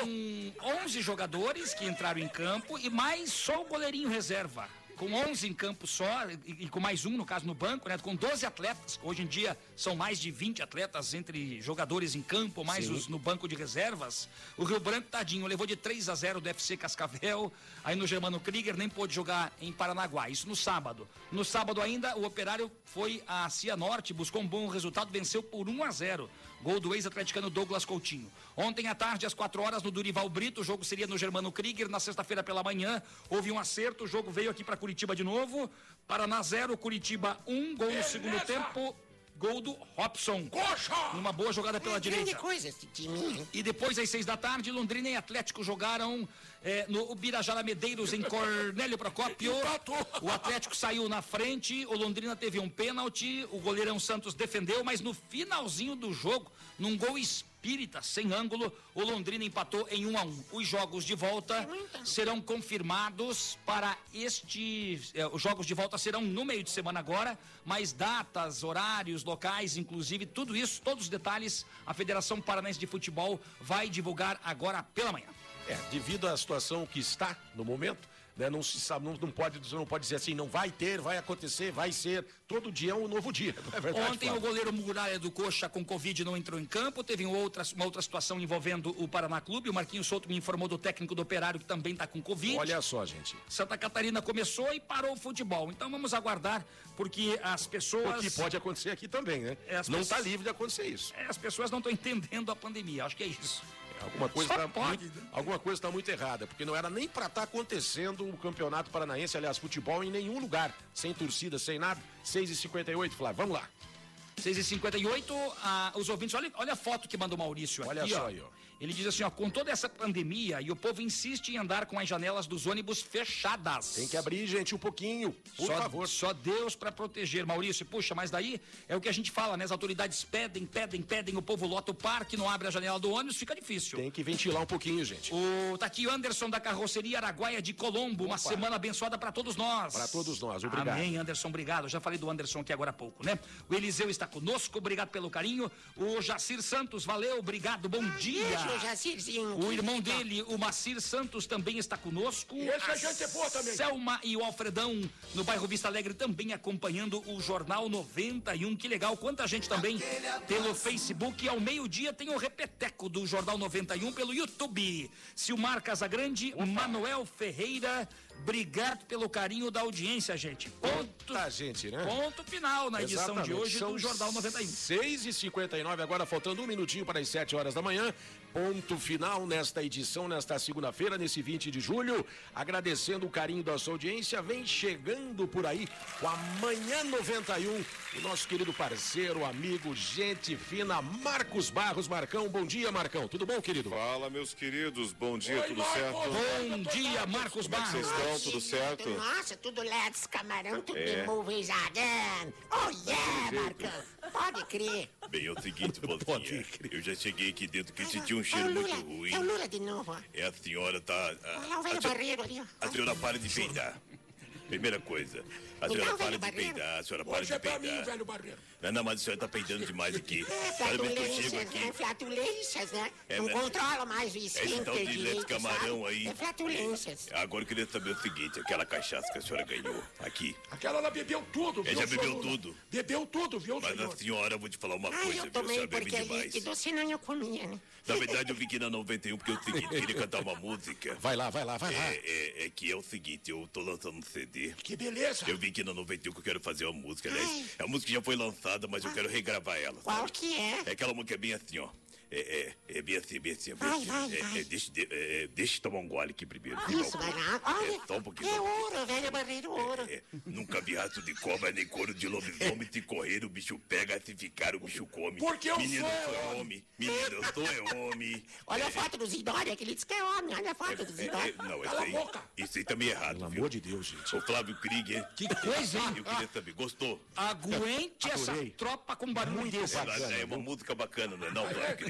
Speaker 3: com onze jogadores que entraram em campo e mais só o goleirinho reserva. Com onze em campo só e, e com mais um, no caso, no banco, né? Com doze atletas. Hoje em dia são mais de vinte atletas entre jogadores em campo, mais Sim. os no banco de reservas. O Rio Branco, tadinho, levou de três a zero do F C Cascavel. Aí no Germano Krieger nem pôde jogar em Paranaguá. Isso no sábado. No sábado ainda, o Operário foi a Cianorte, buscou um bom resultado, venceu por um a zero. Gol do ex-atleticano Douglas Coutinho. Ontem à tarde, às quatro horas, no Durival Brito, o jogo seria no Germano Krieger. Na sexta-feira pela manhã, houve um acerto, o jogo veio aqui para Curitiba de novo. Paraná zero, Curitiba um, gol no segundo tempo. Gol do Robson.
Speaker 4: Coxa!
Speaker 3: Numa boa jogada pela
Speaker 5: É
Speaker 3: direita.
Speaker 5: grande coisa esse time.
Speaker 3: E depois, às seis da tarde, Londrina e Atlético jogaram eh, no Birajara Medeiros, em Cornélio Procópio. O Atlético saiu na frente, o Londrina teve um pênalti, o goleirão Santos defendeu, mas no finalzinho do jogo, num gol espírita, sem ângulo, o Londrina empatou em um a um. Os jogos de volta serão confirmados para este... Eh, os jogos de volta serão no meio de semana agora, mas datas, horários, locais, inclusive, tudo isso, todos os detalhes, a Federação Paranaense de Futebol vai divulgar agora pela manhã.
Speaker 2: É, devido à situação que está no momento, né, não se sabe, não, não pode, não pode dizer assim, não vai ter, vai acontecer, vai ser, todo dia é um novo dia, não é verdade?
Speaker 3: Ontem Flávio? O goleiro Muralha do Coxa com Covid não entrou em campo, teve outra, uma outra situação envolvendo o Paraná Clube, o Marquinhos Souto me informou do técnico do Operário que também está com Covid.
Speaker 2: Olha só, gente.
Speaker 3: Santa Catarina começou e parou o futebol, então vamos aguardar, porque as pessoas...
Speaker 2: O que pode acontecer aqui também, né?
Speaker 3: É,
Speaker 2: não está
Speaker 3: pessoas...
Speaker 2: livre de acontecer isso.
Speaker 3: É, as pessoas não estão entendendo a pandemia, acho que é isso.
Speaker 2: Alguma coisa está muito, alguma coisa tá muito errada, porque não era nem para estar tá acontecendo o Campeonato Paranaense, aliás, futebol em nenhum lugar, sem torcida, sem nada. seis e cinquenta e oito, Flávio, vamos lá.
Speaker 3: seis e cinquenta e oito, ah, os ouvintes, olha, olha a foto que mandou o Maurício
Speaker 2: olha
Speaker 3: aqui,
Speaker 2: só
Speaker 3: ó.
Speaker 2: aí, ó.
Speaker 3: Ele diz assim, ó, com toda essa pandemia e o povo insiste em andar com as janelas dos ônibus fechadas.
Speaker 2: Tem que abrir, gente, um pouquinho, por
Speaker 3: só,
Speaker 2: favor.
Speaker 3: Só Deus para proteger, Maurício. Puxa, mas daí é o que a gente fala, né? As autoridades pedem, pedem, pedem, o povo lota o parque, não abre a janela do ônibus, fica difícil.
Speaker 2: Tem que ventilar um pouquinho, gente.
Speaker 3: O tá aqui o Anderson da Carroceria Araguaia de Colombo, uma
Speaker 2: Opa.
Speaker 3: semana abençoada para todos nós.
Speaker 2: Para todos nós, obrigado.
Speaker 3: Amém, Anderson, obrigado. Já falei do Anderson aqui agora há pouco, né? O Eliseu está conosco, obrigado pelo carinho. O Jacir Santos, valeu, obrigado, bom dia.
Speaker 5: Beijo, Jacirzinho.
Speaker 3: O irmão dele, o Macir Santos, também está conosco.
Speaker 4: E esse a gente é boa também.
Speaker 3: Selma e o Alfredão, no bairro Vista Alegre, também acompanhando o Jornal noventa e um. Que legal, quanta gente também pelo Facebook. E ao meio-dia tem o repeteco do Jornal noventa e um pelo YouTube. Silmar Casagrande, Opa. Manuel Ferreira, obrigado pelo carinho da audiência, gente. Ponto,
Speaker 2: Tá, gente, né?
Speaker 3: Ponto final na edição
Speaker 2: Exatamente.
Speaker 3: de hoje
Speaker 2: São
Speaker 3: do Jornal noventa e um.
Speaker 2: seis e cinquenta e nove, agora faltando um minutinho para as sete horas da manhã. Ponto final nesta edição, nesta segunda-feira, nesse vinte de julho. Agradecendo o carinho da sua audiência. Vem chegando por aí com a Manhã noventa e um. O nosso querido parceiro, amigo, gente fina, Marcos Barros. Marcão, bom dia, Marcão. Tudo bom, querido?
Speaker 16: Fala, meus queridos. Bom dia,
Speaker 4: Oi,
Speaker 16: tudo
Speaker 4: Marcos.
Speaker 16: certo?
Speaker 3: Bom dia, Marcos
Speaker 16: Como é que
Speaker 3: Barros.
Speaker 16: vocês estão? Tudo certo?
Speaker 5: Nossa, tudo Let's Camarão, tudo
Speaker 16: É.
Speaker 5: de movies again. Oh yeah, Marcão. Pode crer.
Speaker 17: Bem, é o seguinte, Bozinha, eu já cheguei aqui dentro que senti um
Speaker 5: É
Speaker 17: cheiro
Speaker 5: o
Speaker 17: muito
Speaker 5: Lula,
Speaker 17: ruim.
Speaker 5: é o Lula de novo, ó.
Speaker 17: É, a senhora tá... A,
Speaker 5: Olha lá o
Speaker 17: a,
Speaker 5: velho
Speaker 17: senhora-
Speaker 5: barreiro ali, ó.
Speaker 17: a senhora para de peidar. Primeira coisa, a
Speaker 5: Então,
Speaker 17: senhora para
Speaker 5: velho
Speaker 17: de
Speaker 5: barreiro.
Speaker 17: peidar, a senhora para
Speaker 4: Hoje
Speaker 17: de
Speaker 4: é pra mim,
Speaker 17: peidar.
Speaker 4: velho barreiro.
Speaker 17: Não, não, mas a senhora tá peidando demais aqui.
Speaker 5: É,
Speaker 17: Cada vez que eu chego
Speaker 5: flatulências,
Speaker 17: aqui...
Speaker 5: né? Flatulências, né?
Speaker 17: É,
Speaker 5: Não
Speaker 17: né?
Speaker 5: controla mais o
Speaker 17: Esse tal
Speaker 5: esfíncter
Speaker 17: de leite
Speaker 5: direito,
Speaker 17: camarão
Speaker 5: sabe?
Speaker 17: aí.
Speaker 5: É flatulências.
Speaker 17: É, agora eu queria saber o seguinte, aquela cachaça que a senhora ganhou aqui.
Speaker 4: Aquela ela bebeu tudo,
Speaker 17: É,
Speaker 4: viu,
Speaker 17: já
Speaker 4: senhor
Speaker 17: bebeu
Speaker 4: Lula?
Speaker 17: tudo.
Speaker 4: Bebeu tudo, viu,
Speaker 17: Mas
Speaker 4: senhor?
Speaker 17: a senhora, eu vou te falar uma
Speaker 5: Ah,
Speaker 17: coisa,
Speaker 5: eu
Speaker 17: viu? A
Speaker 5: tomei
Speaker 17: senhora bebe
Speaker 5: porque é
Speaker 17: demais.
Speaker 5: líquido, senão eu comia, né?
Speaker 17: Na verdade, eu vim aqui na noventa e um porque é o seguinte, queria cantar uma música.
Speaker 2: Vai lá, vai lá, vai lá.
Speaker 17: É, é, é que é o seguinte, eu tô lançando um C D.
Speaker 4: Que beleza.
Speaker 17: Eu vim aqui na noventa e um que eu quero fazer uma música, aliás. A música já foi lançada, mas eu quero regravar ela.
Speaker 5: Qual
Speaker 17: sabe?
Speaker 5: que é?
Speaker 17: É aquela música bem assim, ó. É, é, é bem assim, bem assim. Bem
Speaker 5: Vai,
Speaker 17: assim.
Speaker 5: vai,
Speaker 17: é,
Speaker 5: vai.
Speaker 17: É, deixa, de- é, deixa eu tomar um gole aqui primeiro.
Speaker 5: Isso, vai lá. Olha,
Speaker 17: É, só um pouquinho.
Speaker 5: é
Speaker 17: só um pouquinho.
Speaker 5: ouro, velho barreiro, ouro.
Speaker 17: É, nunca vi rato de cobra, nem couro de lobisomem. Se correr, o bicho pega, se ficar, o bicho come.
Speaker 4: Porque eu
Speaker 17: Menino,
Speaker 4: sou
Speaker 17: eu sou
Speaker 4: homem.
Speaker 17: homem. Menino, eu sou é homem.
Speaker 5: Olha
Speaker 17: É,
Speaker 5: a foto do Zidória, que ele disse que é homem. Olha a foto do
Speaker 17: é,
Speaker 5: Zidória.
Speaker 17: é, não, isso
Speaker 4: Cala a
Speaker 17: aí,
Speaker 4: boca.
Speaker 17: isso aí também é errado,
Speaker 2: Pelo
Speaker 17: viu?
Speaker 2: amor de Deus, gente.
Speaker 17: O Flávio Krieger.
Speaker 3: Que coisa, hein?
Speaker 17: Eu queria saber, gostou?
Speaker 3: Aguente essa
Speaker 2: Adorei.
Speaker 3: tropa com barulho desse.
Speaker 17: É, é uma música bacana, não é não, Flávio Krieger?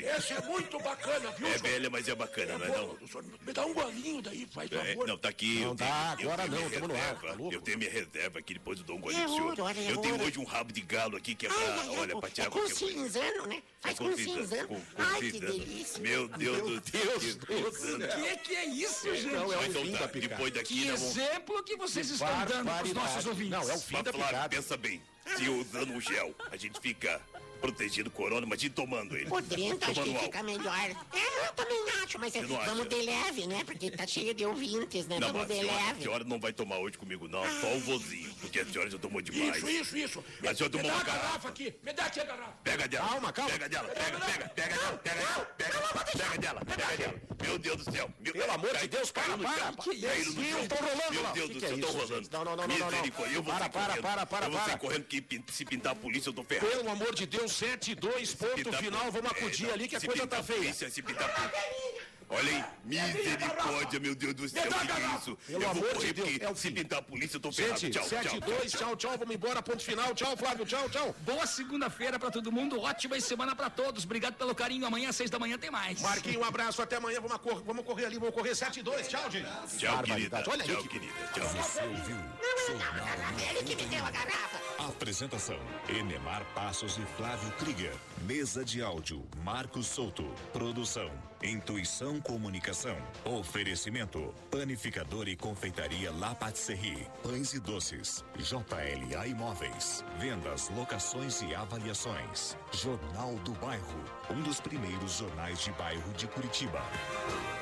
Speaker 4: Esse é muito bacana, viu?
Speaker 17: É
Speaker 4: senhor?
Speaker 17: velha, mas é bacana,
Speaker 4: É
Speaker 17: não é
Speaker 4: bom,
Speaker 17: não?
Speaker 4: senhor, me dá um golinho daí, faz
Speaker 17: É,
Speaker 4: favor.
Speaker 17: não, tá aqui.
Speaker 2: Não
Speaker 17: eu
Speaker 2: dá,
Speaker 17: tenho- eu
Speaker 2: agora
Speaker 17: tenho
Speaker 2: não,
Speaker 17: minha
Speaker 2: tamo no ar,
Speaker 17: reserva,
Speaker 2: tá louco?
Speaker 17: Eu tenho minha reserva aqui, depois eu dou um golinho
Speaker 5: É
Speaker 17: pro senhor.
Speaker 5: ouro, olha, é
Speaker 17: Eu tenho
Speaker 5: ouro.
Speaker 17: hoje um rabo de galo aqui que é pra,
Speaker 5: Ai, ai, ai,
Speaker 17: olha,
Speaker 5: com-
Speaker 17: pra tirar
Speaker 5: é com
Speaker 17: qualquer coisa.
Speaker 5: cinzano, né? Faz com cinzano.
Speaker 17: com- com
Speaker 5: Ai, que
Speaker 17: cinzano.
Speaker 5: delícia.
Speaker 17: Meu Deus
Speaker 2: Meu
Speaker 17: do
Speaker 2: Deus
Speaker 17: céu.
Speaker 2: do céu.
Speaker 3: Que que é isso, gente?
Speaker 2: Não, é o
Speaker 17: Então
Speaker 2: fim
Speaker 17: tá,
Speaker 2: da picada.
Speaker 17: depois daqui
Speaker 3: Que
Speaker 17: nós vamos...
Speaker 3: exemplo que vocês
Speaker 2: Que
Speaker 3: estão dando para os
Speaker 2: barbaridade.
Speaker 3: nossos ouvintes.
Speaker 2: Não, é o fim
Speaker 17: Mas,
Speaker 2: da
Speaker 17: Flávio,
Speaker 2: picada.
Speaker 17: pensa bem. Se eu usando o gel, a gente fica protegido do corona, imagina tomando ele.
Speaker 5: Por dentro acho
Speaker 17: Tomando
Speaker 5: que
Speaker 17: álcool.
Speaker 5: fica melhor. É, eu também acho, mas é,
Speaker 17: Você não
Speaker 5: vamos
Speaker 17: acha?
Speaker 5: de leve, né? Porque tá cheio de ouvintes, né?
Speaker 17: Não,
Speaker 5: Vamos
Speaker 17: mas a
Speaker 5: de
Speaker 17: senhora, a
Speaker 5: leve.
Speaker 17: senhora não vai tomar hoje comigo, não. Só o vozinho, porque a senhora já tomou demais.
Speaker 4: Isso, isso, isso. Me,
Speaker 17: A senhora
Speaker 4: me
Speaker 17: tomou
Speaker 4: dá
Speaker 17: uma
Speaker 4: a garrafa
Speaker 17: garrafa.
Speaker 4: aqui. Me dá aqui a garrafa.
Speaker 17: Pega dela.
Speaker 2: Calma, calma.
Speaker 17: Pega dela, pega, pega, pega dela, pega dela, pega, pega dela, pega dela. Meu Deus do céu. Meu,
Speaker 2: Pelo amor de Deus, para,
Speaker 17: caiu no
Speaker 2: para,
Speaker 17: chão,
Speaker 2: para.
Speaker 17: caiu no
Speaker 2: Ih,
Speaker 17: chão.
Speaker 2: eu tô rolando
Speaker 17: Meu
Speaker 2: lá.
Speaker 17: Deus
Speaker 2: Que
Speaker 17: do
Speaker 2: que é
Speaker 17: céu, eu tô
Speaker 2: isso,
Speaker 17: rolando.
Speaker 2: gente? Não, não, não, não, não, não.
Speaker 17: Misericórdia, eu vou
Speaker 2: Para,
Speaker 17: sair
Speaker 2: para,
Speaker 17: correndo.
Speaker 2: para, para,
Speaker 17: Eu vou sair
Speaker 2: para.
Speaker 17: correndo que pin- se pintar a polícia eu tô ferrado.
Speaker 2: Pelo amor de Deus, sete, dois, ponto
Speaker 17: Pintar
Speaker 2: final,
Speaker 17: a-
Speaker 2: vamos
Speaker 17: é,
Speaker 2: acudir
Speaker 17: não,
Speaker 2: ali que a
Speaker 17: se
Speaker 2: coisa
Speaker 17: pintar
Speaker 2: tá
Speaker 17: a
Speaker 2: feia.
Speaker 17: polícia, se pintar a polícia. Olha aí, misericórdia, meu Deus do céu,
Speaker 4: Me dá a
Speaker 17: o que é
Speaker 4: garrafa.
Speaker 17: isso?
Speaker 2: Pelo
Speaker 17: Eu vou
Speaker 2: amor de
Speaker 17: correr
Speaker 2: Deus,
Speaker 17: porque
Speaker 2: é o
Speaker 17: se
Speaker 2: fim.
Speaker 17: pintar a polícia eu tô ferrado.
Speaker 2: Gente,
Speaker 17: Tchau,
Speaker 2: sete,
Speaker 17: tchau,
Speaker 2: dois,
Speaker 17: tchau.
Speaker 2: tchau, tchau, vamos embora, ponto final, tchau, Flávio, tchau, tchau.
Speaker 3: Boa segunda-feira para todo mundo, ótima semana para todos. Obrigado pelo carinho. Amanhã às seis da manhã tem mais.
Speaker 2: Marquinho, um abraço, até amanhã, vamos, acor- vamos correr ali, vamos correr sete, dois, tchau, gente.
Speaker 17: Tchau, querida.
Speaker 2: Barbaridade. Olha aí,
Speaker 17: Tchau,
Speaker 2: que-
Speaker 17: querida. Tchau.
Speaker 1: Você ouviu?
Speaker 5: Ele que me deu a garrafa.
Speaker 1: Apresentação: Enemar Passos e Flávio Krieger. Mesa de áudio: Marcos Souto. Produção: Intuição Comunicação. Oferecimento: Panificador e Confeitaria La Patisserie. Pães e doces. J L A Imóveis. Vendas, locações e avaliações. Jornal do Bairro. Um dos primeiros jornais de bairro de Curitiba.